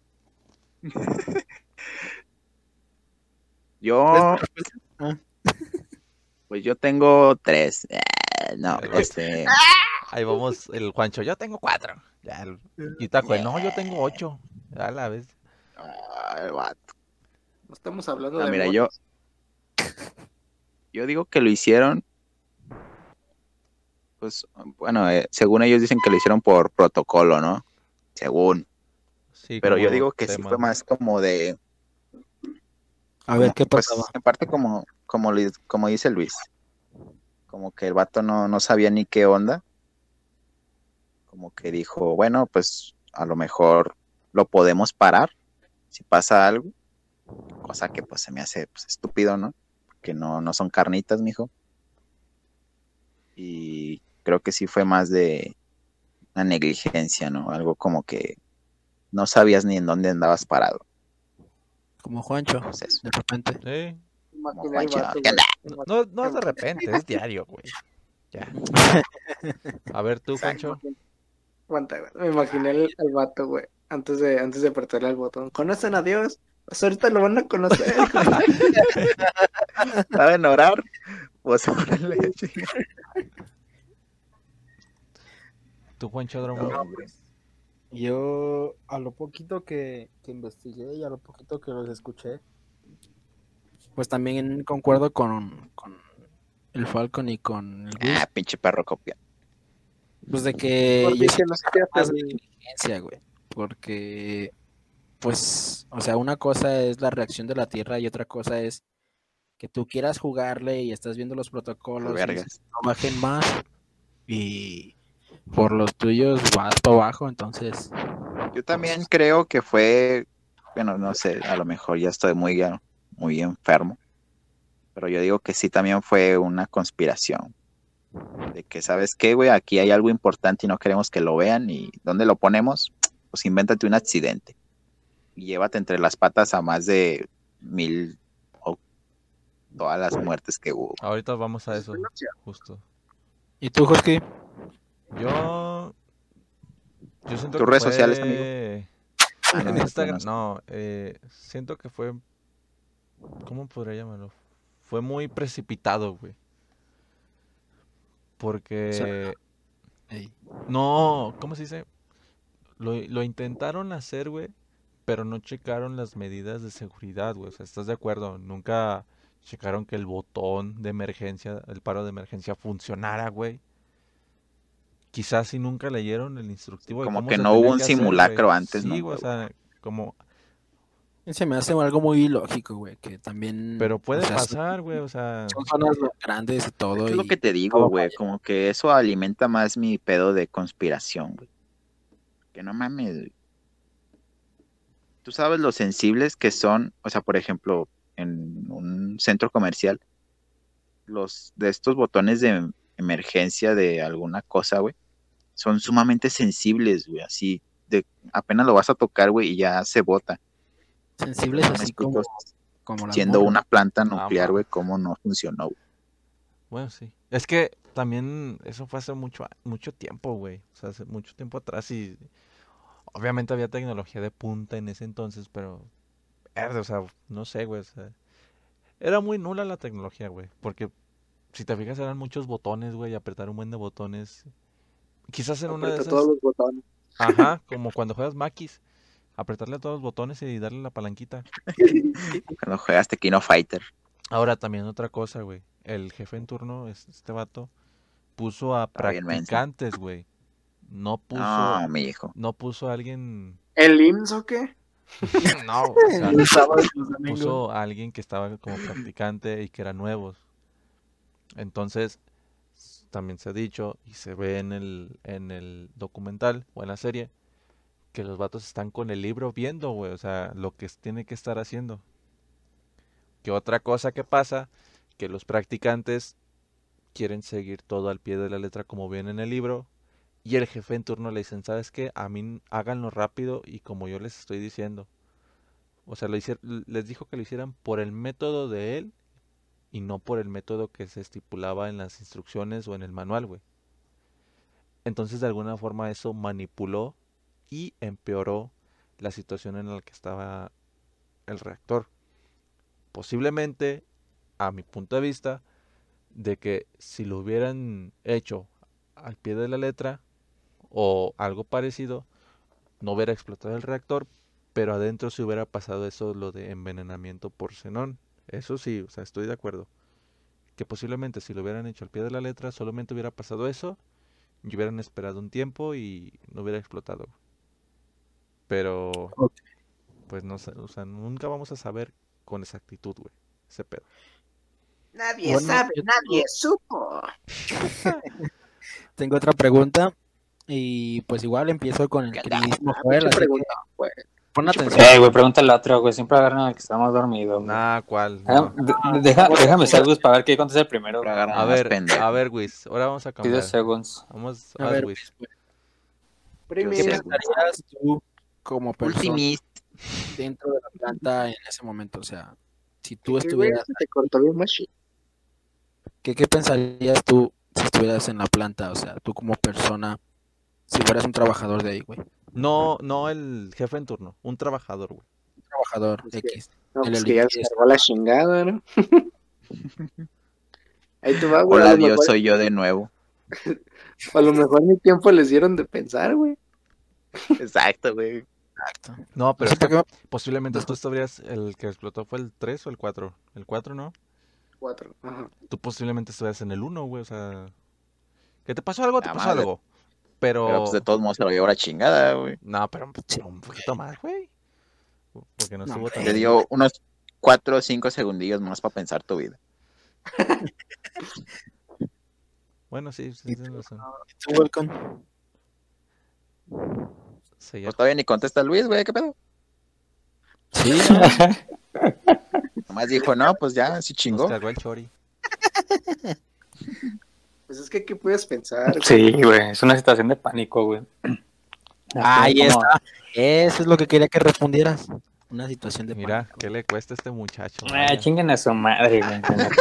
Yo, Ah. pues yo tengo 3. No, Pero- Ahí vamos, el Juancho. Yo tengo 4. Ya, y Taco, no, yo tengo 8. Ya la ves. el vato. No estamos hablando No, de mira, morras. yo digo que lo hicieron, pues, bueno, según ellos dicen que lo hicieron por protocolo, ¿no? Según. Sí, Pero yo como digo que sí tema. fue más como de, A ver, ¿qué pues, pasaba? en parte como dice Luis, como que el vato no sabía ni qué onda, como que dijo, bueno, pues a lo mejor lo podemos parar si pasa algo, cosa que pues se me hace pues, estúpido, ¿no? Porque no son carnitas, mijo. Y creo que sí fue más de una negligencia, ¿no? Algo como que no sabías ni en dónde andabas parado. Como Juancho, Pues eso. de repente. Sí. Imaginé Como al Juancho, vato, ¿qué onda? güey. No es de repente, es diario, güey. Ya. A ver tú, Juancho. Aguanta, güey. Me imaginé al vato, güey, antes de apretarle al botón. ¿Conocen a Dios? Pues ahorita lo van a conocer. ¿Saben orar? Pues órale, chinga. Tú, Juancho Dromo. Yo, a lo poquito que investigué y a lo poquito que los escuché, pues también concuerdo con el Falcon y con el Ah, Gus. pinche perro copia. Pues de que Porque yo es que no se siento queda más de inteligencia, güey. Porque, pues, o sea, una cosa es la reacción de la Tierra y otra cosa es que tú quieras jugarle y estás viendo los Por protocolos y dices, vergas. no bajen más y por los tuyos vas para abajo, entonces, Yo también creo que fue, bueno, no sé, a lo mejor ya estoy muy enfermo, pero yo digo que sí también fue una conspiración. De que, ¿sabes qué, güey? Aquí hay algo importante y no queremos que lo vean. ¿Y dónde lo ponemos? Pues invéntate un accidente. Y llévate entre las patas a más de 1000 o todas las muertes que hubo. Ahorita vamos a Es eso, buena opción. justo. ¿y tú, Husky? Yo siento ¿Tus que redes sociales, amigo? fue Ah, en no, Instagram, no. siento que fue, ¿cómo podría llamarlo? Fue muy precipitado, güey. Porque Ey, no, ¿cómo se dice? Lo intentaron hacer, güey, pero no checaron las medidas de seguridad, güey. O sea, ¿estás de acuerdo? Nunca checaron que el botón de emergencia, el paro de emergencia funcionara, güey. Quizás si nunca leyeron el instructivo de Como cómo que se no hubo tenía un que hacer, güey. simulacro antes, Sí, ¿no? güey, o sea, como... se me hace algo muy ilógico, güey, que también, Pero o puede sea, pasar, güey, o sea... son zonas grandes y Es todo que es lo que y te digo, todo güey. falla. Como que eso alimenta más mi pedo de conspiración, güey. Que no mames, güey. Tú sabes lo sensibles que son, o sea, por ejemplo, en un centro comercial, los de estos botones de emergencia de alguna cosa, güey, son sumamente sensibles, güey, así de apenas lo vas a tocar, güey, y ya se bota. Entonces, Sensibles no me así como, explico, como las siendo morras. una planta Ah, nuclear, güey, mames. cómo no funcionó, güey. Bueno, sí. Es que también eso fue hace mucho tiempo, güey. O sea, hace mucho tiempo atrás y obviamente había tecnología de punta en ese entonces, pero, o sea, no sé, güey. O sea, era muy nula la tecnología, güey. Porque si te fijas eran muchos botones, güey, y apretar un buen de botones. Quizás en una de Aprieta todos esas, los botones. ajá, como cuando juegas Maquis, apretarle a todos los botones y darle la palanquita. Cuando juegas Tekkino Fighter. Ahora también otra cosa, güey. El jefe en turno, este vato, puso a Estaba bien menso. practicantes, güey. No puso, No, mi hijo. no puso a alguien. ¿El IMSS o qué? No, o sea, Los sábados y los domingos. puso a alguien que estaba como practicante y que eran nuevos. Entonces, también se ha dicho y se ve en el documental o en la serie que los vatos están con el libro viendo, güey, o sea, lo que tiene que estar haciendo. Que otra cosa que pasa, que los practicantes quieren seguir todo al pie de la letra como viene en el libro. Y el jefe en turno le dicen, ¿sabes qué? A mí háganlo rápido y como yo les estoy diciendo. O sea, les dijo que lo hicieran por el método de él y no por el método que se estipulaba en las instrucciones o en el manual, güey. Entonces, de alguna forma eso manipuló y empeoró la situación en la que estaba el reactor. Posiblemente, a mi punto de vista, de que si lo hubieran hecho al pie de la letra o algo parecido, no hubiera explotado el reactor, pero adentro se hubiera pasado eso, lo de envenenamiento por xenón. Eso sí, o sea, estoy de acuerdo. Que posiblemente si lo hubieran hecho al pie de la letra, solamente hubiera pasado eso, y hubieran esperado un tiempo y no hubiera explotado. Pero, Ok. pues no sé, o sea, nunca vamos a saber con exactitud, güey, ese pedo. Nadie Bueno, sabe, yo nadie supo. tengo otra pregunta y pues igual empiezo con el ¿Qué onda? queridísimo Ah, Joel, pinche así pregunta, que pues. pon Pinche atención. Güey, pregúntale a otro, güey. Siempre agarran al que estamos dormidos, güey. Nah, ¿cuál? No. Déjame ser, Gus, para ver qué contesta el primero. Siempre agarran A a más ver, pendejos. Wiz, ahora vamos a 10 cambiar. segundos. Vamos A a ver, Wiz. pues, ¿qué Primero, pensarías tú como persona Ultimist. dentro de la planta en ese momento? O sea, si tú ¿qué, güey? estuvieras, Se te cortó bien machine. ¿qué pensarías tú si estuvieras en la planta? O sea, tú como persona, si fueras un trabajador de ahí, güey. No, no el jefe en turno, un trabajador, güey. Un trabajador Pues que- X. No, El pues que ya elitista. se cargó la chingada, ¿no? Ahí te va, güey. Hola, Dios, soy yo de nuevo. A lo mejor ni tiempo les dieron de pensar, güey. Exacto, güey. Exacto. No, pero Sí, es que porque posiblemente tú estarías, el que explotó fue el 3 o el 4. El 4, ¿no? 4. Ajá. Tú posiblemente estuvieras en el 1, güey, o sea... ¿Que te pasó algo? Te Nada pasó más, algo. pero Pero... pues de todos modos se lo llevó la chingada, güey. No, pero un poquito más, güey. Porque no estuvo tan Te hombre. dio unos 4 o 5 segundillos más para pensar tu vida. Bueno, sí, tienes razón. ¿Tú, Welcome? Sí, Pues todavía ni contesta Luis, güey, ¿qué pedo? Sí, Nomás dijo, no, pues ya, sí nos chingó. cargó el chori. Pues es que, ¿qué puedes pensar? Sí, güey, es una situación de pánico, güey. Ahí Como- está. Eso es lo que quería que respondieras. Una situación de Mira, pánico. ¿qué le cuesta a este muchacho? Ah, Vaya. chinguen a su madre, güey.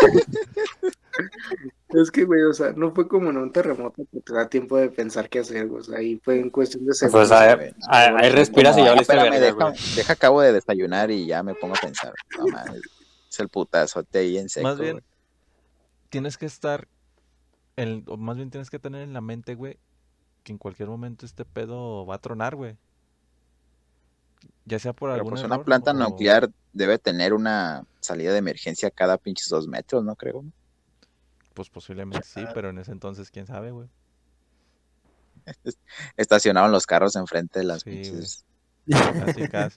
Es que, güey, o sea, no fue como en un terremoto que te da tiempo de pensar qué hacer, güey. O sea, ahí fue en cuestión de segundos. Pues güey. ahí respiras y ya habliste Espérame, verga, güey. deja acabo de desayunar y ya me pongo a pensar. No mames, es el putazote ahí en seco. Más bien, güey. tienes que o más bien tienes que tener en la mente, güey, que en cualquier momento este pedo va a tronar, güey. Ya sea por Pero algún pues una error planta o- nuclear debe tener una salida de emergencia cada pinches 2 metros, ¿no creo? Pues posiblemente sí, pero en ese entonces, quién sabe, güey. Estacionaron los carros enfrente de las Sí, pinches. Casi, casi.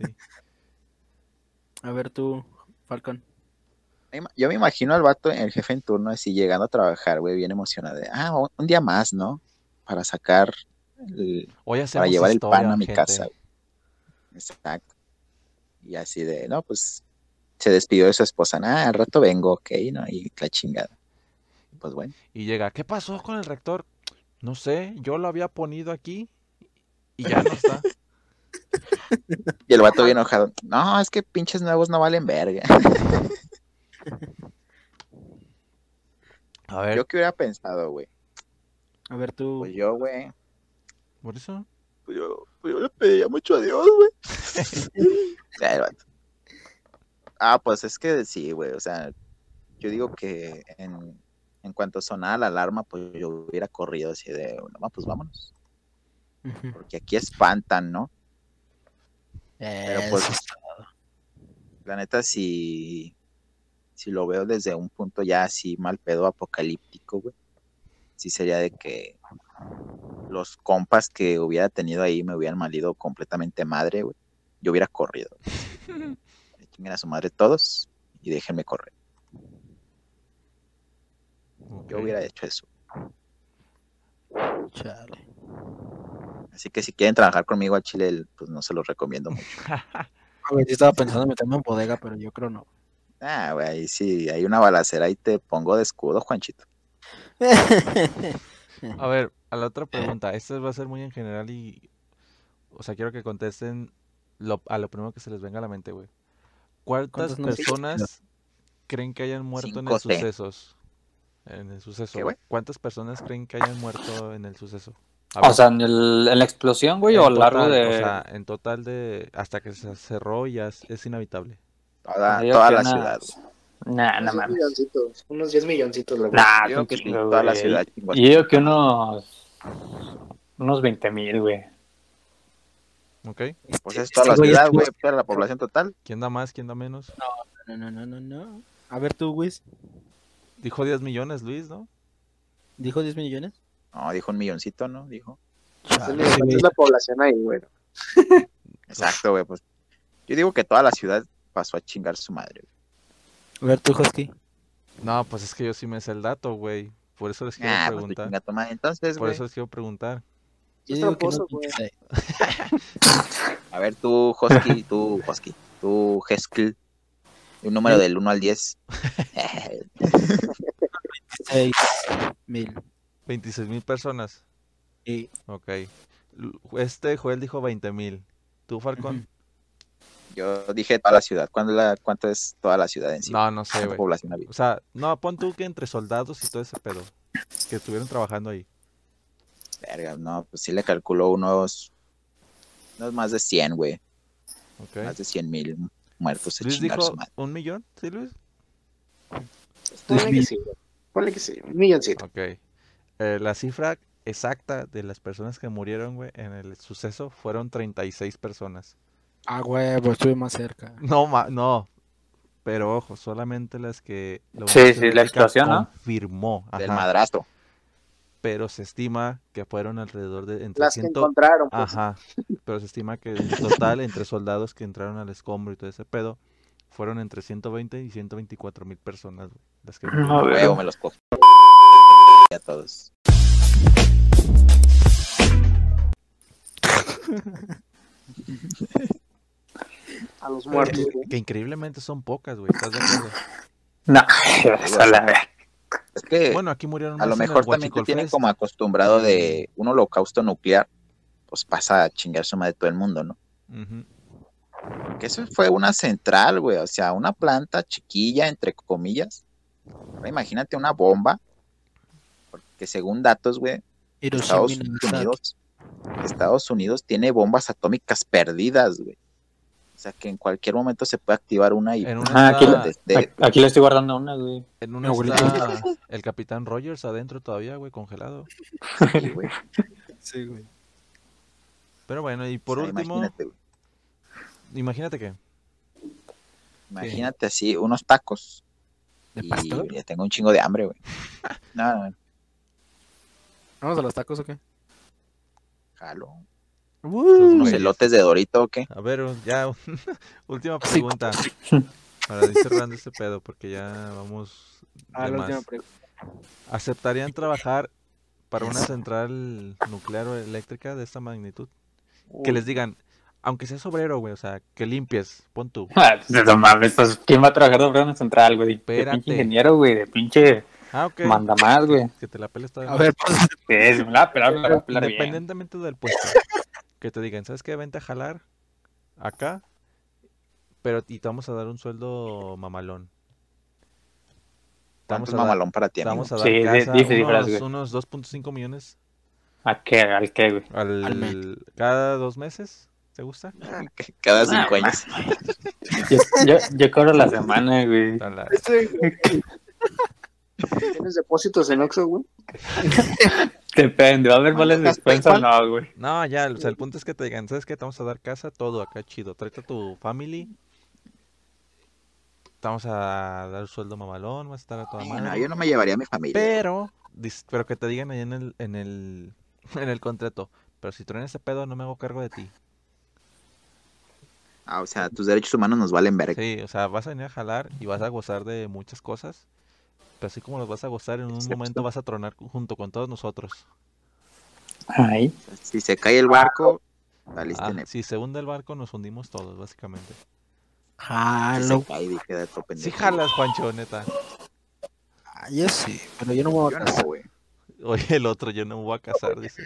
A ver tú, Falcon. Yo me imagino al vato, el jefe en turno, así llegando a trabajar, güey, bien emocionado. Un día más, ¿no? Para sacar, Hoy para hacemos llevar el historia, pan a mi gente. casa. Güey. Exacto. Y así de, no, pues se despidió de su esposa. Al rato vengo, ok, ¿no? Y la chingada. Pues bueno. Y llega, ¿qué pasó con el rector? No sé, yo lo había ponido aquí y ya no está. Y el vato bien enojado. No, es que pinches nuevos no valen verga. A ver, Yo qué hubiera pensado, güey. A ver tú. Pues yo, güey. por eso. Pues yo le pedía mucho a Dios, güey. Ya, el vato. Pues es que sí, güey. O sea, yo digo que en cuanto sonaba la alarma, pues yo hubiera corrido así de, no, pues vámonos. Ujú. Porque aquí espantan, ¿no? Pero pues, Eso es la neta, si lo veo desde un punto ya así mal pedo apocalíptico, güey, sí sería de que los compas que hubiera tenido ahí me hubieran malido completamente madre, güey. Yo hubiera corrido. Chinguen a su madre todos y déjenme correr. Yo Ok. hubiera hecho eso. chale. Así que si quieren trabajar conmigo al Chile, pues no se los recomiendo mucho. A ver, yo estaba pensando en meterme en bodega, pero yo creo no. Güey, ahí sí, hay una balacera y te pongo de escudo, Juanchito. A ver, a la otra pregunta. Esta va a ser muy en general y... O sea, quiero que contesten a lo primero que se les venga a la mente, güey. ¿Cuántas ¿Cuántos números? personas creen que hayan muerto en el 5T. sucesos? En el suceso, ¿Qué, güey. güey? ¿Cuántas personas creen que hayan muerto en el suceso? A O ver, sea, en la explosión, güey, o a en lo largo total, de... o sea, en total de... Hasta que se cerró ya es inevitable. Yo digo Toda que la unas- ciudad, güey. Nah, no Unos 10 mames. milloncitos. Unos 10 milloncitos, la verdad. Nah, Yo digo un que sí, chingo, toda la güey. ciudad, chingó a Yo digo que unos 20,000, güey. ¿Ok? Pues es toda la Este güey ciudad, es- güey, toda la población total. ¿Quién da más? ¿Quién da menos? No. A ver tú, Wiz. Dijo 10 millones, Luis, ¿no? ¿Dijo 10 millones? No, dijo 1 milloncito, ¿no? Dijo. Chale, Esa güey. es la población ahí, güey. Exacto, güey, pues. Yo digo que toda la ciudad pasó a chingar su madre, güey. A ver tú, Husky. No, pues es que yo sí me sé el dato, güey. Por eso les quiero Pues tú preguntar. chinga tu madre. Entonces, Por güey. eso les quiero preguntar. Yo Es digo que tramposo, no, güey. 26. A ver, tú, Heskel. Un número del 1 al 10. 26,000. 26,000 personas. Y Ok. Joel dijo 20,000. ¿Tú, Falcón? Yo dije toda la ciudad. ¿Cuánto es toda la ciudad en sí? No, no sé, ¿Cuánta güey. población había? O sea, no, pon tú que entre soldados y todo ese pedo. Que estuvieron trabajando ahí. Verga, no, pues sí le calculo unos más de 100, güey. Ok. Más de 100,000 muertos a Luis chingar su dijo madre. 1 millón, ¿sí, Luis? Ponle que sí, güey. Ponle que sí. Un milloncito. Ok. La cifra exacta de las personas que murieron, güey, en el suceso fueron 36 personas. huevo, estuve más cerca. No, no. Pero ojo, solamente las que la Sí, Unión sí, la Soviética explosión, ¿no? confirmó. Del Ajá. madrastro. Pero se estima que fueron alrededor de entre Las que 100. encontraron, pues. Ajá. Pero se estima que en total, entre soldados que entraron al escombro y todo ese pedo, fueron entre 120 y 124,000 personas, güey, las que A murieron. ver. Huevo, me los cojo. A todos. A los muertos, güey. Que increíblemente son pocas, güey. ¿Estás de acuerdo? No, eso a la vez. Es que Bueno, aquí murieron a más lo en el mejor también te Huachicol tienen Fest. como acostumbrado de un holocausto nuclear, pues pasa a chingar su madre todo el mundo, ¿no? Ujú. Que eso fue una central, güey, o sea, una planta chiquilla, entre comillas. Ahora imagínate una bomba, porque según datos, güey, Hiroshima y Nagasaki. Estados Unidos tiene bombas atómicas perdidas, güey. O sea, que en cualquier momento se puede activar una y En pues, una Ajá, aquí, está, aquí le estoy guardando una, güey. en una Abuelito. está el Capitán Rogers adentro todavía, güey, congelado. sí, güey. Sí, güey. Pero bueno, y por O sea, último, imagínate, güey. imagínate que Imagínate así, unos tacos. ¿De Y pastor? ya tengo un chingo de hambre, güey. No, ¿Vamos a los tacos o qué? jalo. Los ¿Unos güeyes. elotes de Dorito o qué? A ver, ya, última Sí. pregunta. Para ir cerrando este pedo, porque ya vamos de La última más. pregunta. ¿Aceptarían trabajar para una central nuclear o eléctrica de esta magnitud? Que les digan, aunque seas obrero, güey, o sea, que limpies, pon tú. Ah, pues, no mames, pues, ¿quién va a trabajar de una central, güey? De Espérate. pinche ingeniero, güey, de pinche Ah, ok. manda más, güey. Que te la peles todavía A más. ver, pues, Sí, me la va a pelar, me la va a pelar bien. Independientemente del puesto, que te digan, ¿sabes qué? Vente a jalar acá, pero y te vamos a dar un sueldo mamalón. Te ¿Cuánto vamos es a dar, mamalón para ti, te amigo? vamos a dar Sí, casa, dice cifras, güey. unos 2.5 millones ¿A qué? ¿Al qué, güey? Al mes. cada 2 meses. ¿Te gusta? Cada Ah, 5 años. Yo cobro la semana, güey. A la- ¿Tienes depósitos en Oxxo, güey? Depende, ¿va a haber vales de ¿Cuánto despensa o gastas, no, güey? No, ya, o sea, el punto es que te digan, ¿sabes qué? Te vamos a dar casa, todo acá chido. Tráete a tu family. Te vamos a dar sueldo mamalón, vas a estar a toda No, madre. yo no me llevaría a mi familia. Pero que te digan ahí en el contrato. Pero si traen ese pedo, no me hago cargo de ti. Ah, o sea, tus derechos humanos nos valen verga. Sí, o sea, vas a venir a jalar y vas a gozar de muchas cosas. Pero así como los vas a gozar, en un Excepto- momento vas a tronar junto con todos nosotros. Ay, Si se cae el barco, valiste Ah, nepe. si se hunde el barco, nos hundimos todos, básicamente. Si jalo. se cae y queda todo Sí pendejo. jalas, Juancho, neta. Ah, yo sí, pero yo no me voy Yo a no, casar. güey. Oye, el otro, yo no me voy a casar, dice.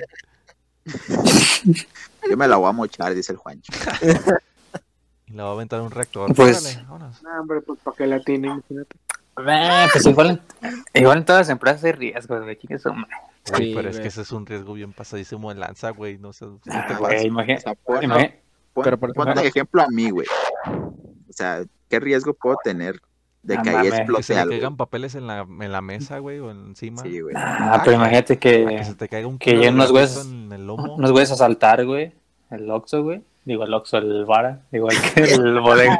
Yo me la voy a mochar, dice el Juancho. Y le va a aventar un reactor. Pues- Órale, vámonos. No, hombre, pues para que la tiene, imagínate. pues igual en todas las empresas hay riesgos, güey, chicas. Güey, Sí, pero es güey. que ese es un riesgo bien pasadísimo de lanza, güey. No sé. Güey, O imagínate. sea, ponte Pero por de ejemplo a mí, güey. O sea, ¿qué riesgo puedo tener de No que ahí mames, Que se explote le algo? caigan papeles en la mesa, güey, o encima. Sí, güey. Ah, pero imagínate A que se que te caiga un que kilo de lleguen unos grafito güeyes- en el lomo. nos güeyes a saltar, güey. El Oxxo, güey. Digo, el Oxxo, el Vara. Igual que el bodega.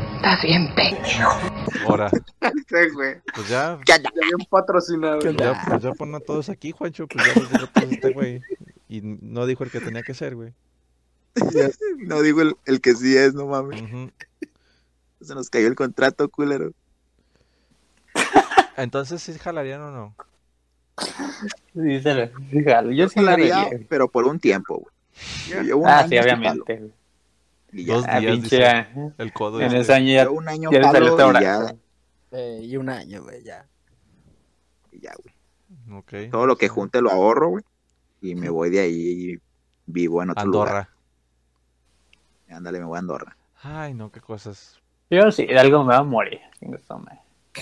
Ahora, Sí, güey. pues ya, Ya, ya. Ya bien patrocinado. pues ya pon a todos aquí, Juancho. Pues ya los dijo todos este güey. Y no dijo el que tenía que ser, güey. No digo el que sí es, no mames. Ujú. Se nos cayó el contrato, culero. Entonces, ¿sí jalarían o no? Díselo, dígalo. Yo sí la Jalaría, haría, güey. pero por un tiempo, güey. Yo un Ah, año sí, jalo, obviamente, güey. y ya. 2 Ah, días, pinche. dice el codo. En este. ese año ya, Yo un año ya le salió jalo otro y ya, brazo. Y un año, güey, ya. y ya, güey. Ok. Todo lo que junte lo ahorro, güey. Y me voy de ahí y vivo en otro Andorra. lugar. Ándale, me voy a Andorra. Ay, no, qué cosas. Yo sí, de algo me va a morir. Chinga su madre.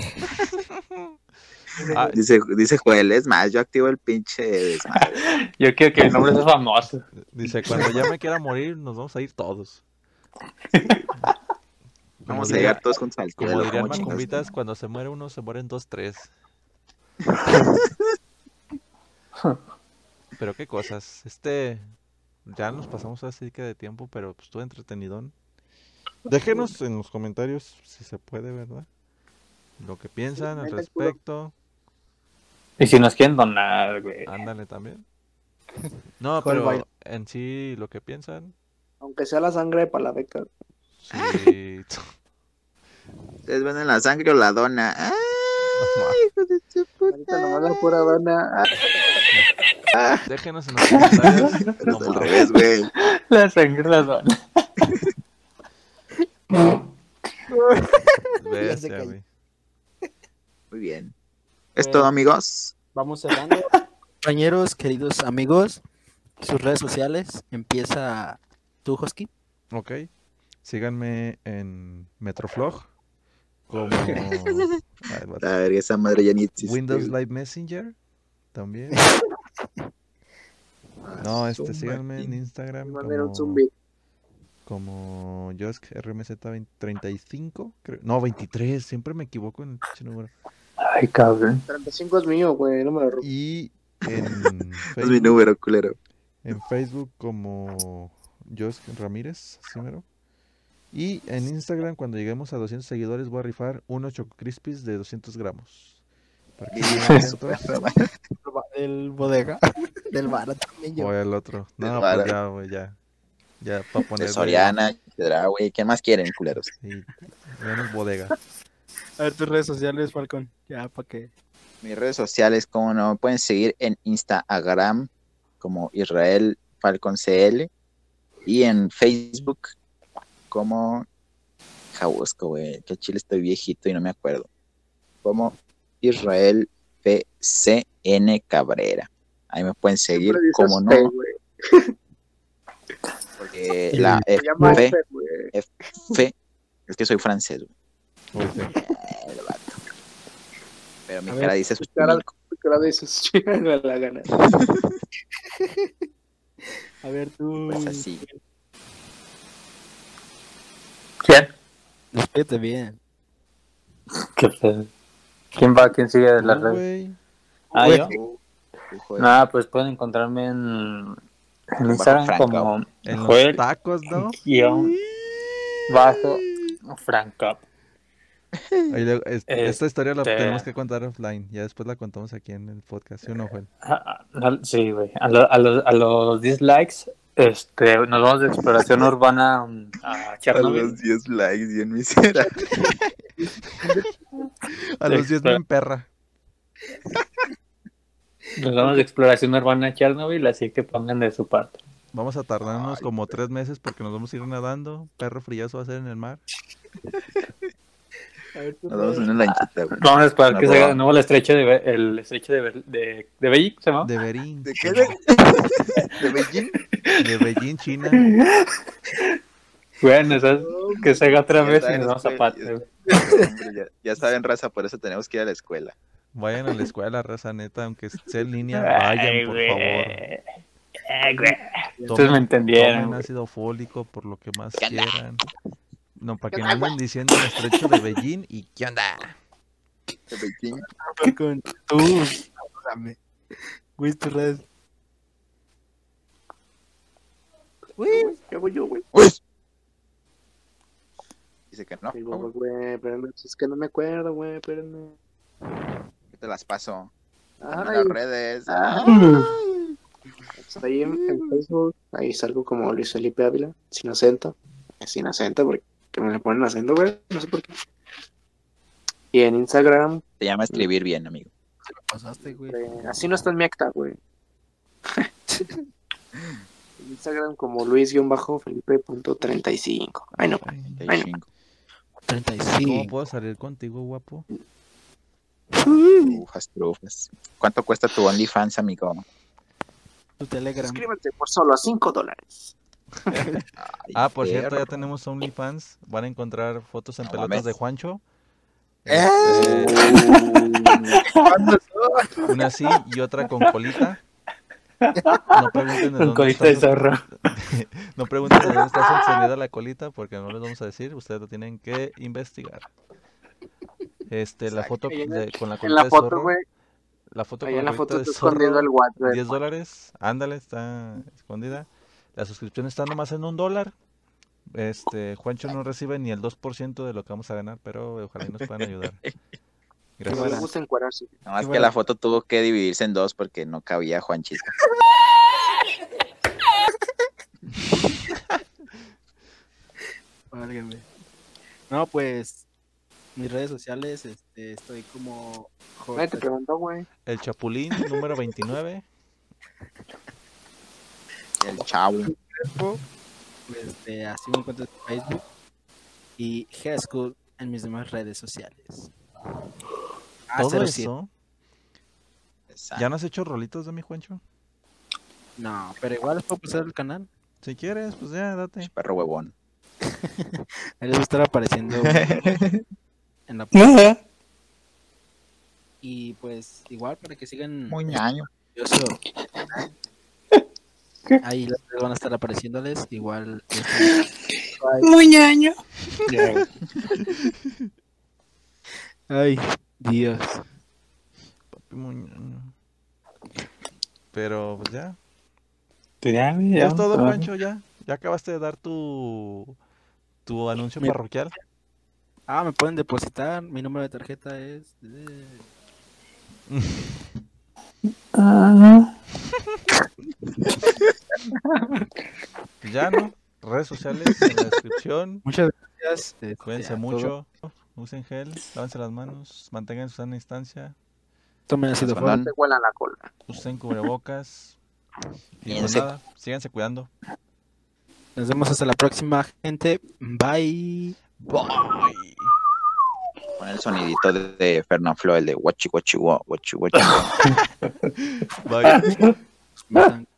Ah, Dice Joel, es más, yo activo el pinche desmadre. Yo quiero que mi nombre sea famoso. dice, cuando ya me quiera morir, nos vamos a ir todos. Vamos a diría- llegar todos juntos al Como cielo. dirían ¿cómo chingas? macumbitas, cuando se muere uno, se mueren 2, 3. Pero qué cosas. Ya nos pasamos así que de tiempo, pero pues estuvo entretenidón. Déjenos en los comentarios si se puede, ¿verdad? Lo que piensan al neta, culo. respecto. Y si nos quieren donar, güey. Ándale también. No, ¿Cuál baile? pero en sí lo que piensan. Aunque sea la sangre para la beca. Sí. ¿Ustedes ven en la sangre o la dona? ¡Ay, hijo de su Ahorita nomás la puta! pura dona. Déjenos en los comentarios. Pero es al como- revés, güey. La sangre la dona. Ya se Bestia, cayó. güey. Muy bien. Es todo, amigos. Vamos cerrando. Compañeros, queridos amigos, sus redes sociales. Empieza tú, Hosky. Ok. Síganme en Metroflog. Como Ay, vato. A ver, esa madre ya ni existe. Windows güey. Live Messenger. También. Ah, No, su síganme en Martín. Instagram Mandar un zumbi. como JoskRMZ35. No, 23. Siempre me equivoco en el pinche número. Ay, cabrón. 35 es mío, güey. No me lo robo. Y en Es mi Facebook, número, culero. como Josk Ramírez, ¿sí mero? Y en Instagram, cuando lleguemos a 200 seguidores, voy a rifar unos Choco Crispies de 200 gramos. Para que estén atentos. Del bodega. Del bar también yo. Voy al otro. Del No, Vara. pues ya, güey, ya. Ya, para De ponerle. Soriana, Piedra, güey. ¿Qué más quieren, culeros? Y menos bodega. A ver tus redes sociales, Falcón. Ya, para que. Mis redes sociales, como no, me pueden seguir en Instagram como Israel Falcon CL y en Facebook como Jabusco, güey. Que chile estoy viejito y no me acuerdo. Como Israel PCN Cabrera. Ahí me pueden seguir, Siempre dices como no, fe, güey. porque la Se llama F, F, güey. F, es que soy francés, güey. Oíste. El vato. Pero mi A cara ver, dice tu cara- Xochimilco. tu cara de esos chicos me la gana. A ver tú. Pues así. ¿Quién? Despídete bien. ¿Qué pedo? ¿Quién va? ¿Quién sigue de las Tú, redes? güey. Ah, Güey. yo. Hijo de- Nada, pues pueden encontrarme en Instagram Franco. como En los Joel tacos, ¿no? guión bajo Franco. Ahí luego, esta historia la Este- tenemos que contar offline. Ya después la contamos aquí en el podcast, ¿sí o no, Joel? Sí, güey. A los dislikes, nos vamos de exploración urbana a A Chernobyl. los 10 likes, bien miserable. A los 10 me emperra. Nos vamos de exploración urbana a Chernobyl, así que pongan de su parte. Vamos a tardarnos Ay, como 3 meses porque nos vamos a ir nadando. Perro frillazo va a ser en el mar. A ver tus Nos vamos en redes. una lanchita, güey. Vamos a esperar La que se haga boda. de nuevo el estrecho de Beijing, ¿se llama? De Berín. ¿De qué? ¿De Beijing? De Beijing, China. Bueno, que se haga otra Ya vez y saben, nos vamos a después- Patria, güey. Hombre, ya saben, raza, por eso tenemos que ir a la escuela. Vayan a la escuela, raza neta, aunque sea en línea, vayan, por favor. Güey. Ustedes me entendieron. Tomen güey. ácido fólico por lo que más ¿Qué onda? quieran. No, para que no anden diciendo el estrecho de Beijing y ¿qué onda? De Beijing. Falcón. Tú. Dame. Güey, tus redes. Güey. ¿Qué hago yo, güey? ¡Uy! Dice que no. Digo, güey, espérame, es que no me acuerdo, güey, espérame. Yo te las paso. Dame Ay, las redes. está ahí en Facebook, ahí salgo como Luis Felipe Ávila, sin acento. Es sin acento porque me le ponen acento, güey, no sé por qué. Y en Instagram, Te llama a escribir bien, amigo. Te lo pasaste, güey. así no está en mi acta, güey. En Instagram como Luis-Felipe.35. Ay, no. Ay, 35. 35. ¿Cómo puedo salir contigo, guapo? Trufas. ¿Cuánto cuesta tu OnlyFans, amigo? Tu Telegram. Suscríbete por solo $5. Ay, Ah, por cierto, ya perro. tenemos OnlyFans. Van a encontrar fotos en No pelotas mames. de Juancho. ¡Eh! Una así y otra con colita. No pregunten de Con dónde colita de está zorro. No pregunten de dónde está sostenida la colita porque no les vamos a decir. Ustedes lo tienen que investigar. La foto Ahí en con la En colita la de foto, zorro. güey, La foto ahí con en la la colita foto de está escondido zorro. el WhatsApp. $10. Ándale, está escondida. La suscripción está nomás en $1. Juancho no recibe ni el 2% de lo que vamos a ganar, pero ojalá y nos puedan ayudar. No Gracias. le gusta encuadrarse. Nada más Qué que buena. la foto tuvo que dividirse en dos porque no cabía Juanchis. Válgame. No, pues mis redes sociales, estoy como Nadie te preguntó, güey. El Chapulín número 29. El chavo. así me encuentro en Facebook y G-School en mis demás redes sociales. Todo 07. eso. Exacto. ¿Ya no has hecho rolitos de mi Juancho? No, pero igual les puedo pasar el canal. Si quieres, pues ya, date. Perro huevón. Ahí les va a estar apareciendo en la y pues igual para que sigan Muy ñaño. curioso. Ahí les van a estar apareciéndoles igual. Muy ñaño. Ay, Dios. Papi Muñoz. Pero pues ya. Pues ya, güey, Ya ya. es todo, Ah, Juancho, ya. Ya acabaste de dar tu anuncio Mi- parroquial. Me pueden depositar. Mi número de tarjeta es. Ya, ¿no? Redes sociales en la descripción. Muchas gracias. Cuídense a mucho. Usen gel, lávense las manos, mantengan su sana distancia, todos. Tomen ácido Condón. fólico. Te huelan la cola. usen cubrebocas. Y pues Cuídense. nada, síganse cuidando. Nos vemos hasta la próxima, gente. Bye. Bye. Con el sonidito de Fernanfloo, el de guachi guachi guachi guachi. Bye. Matan.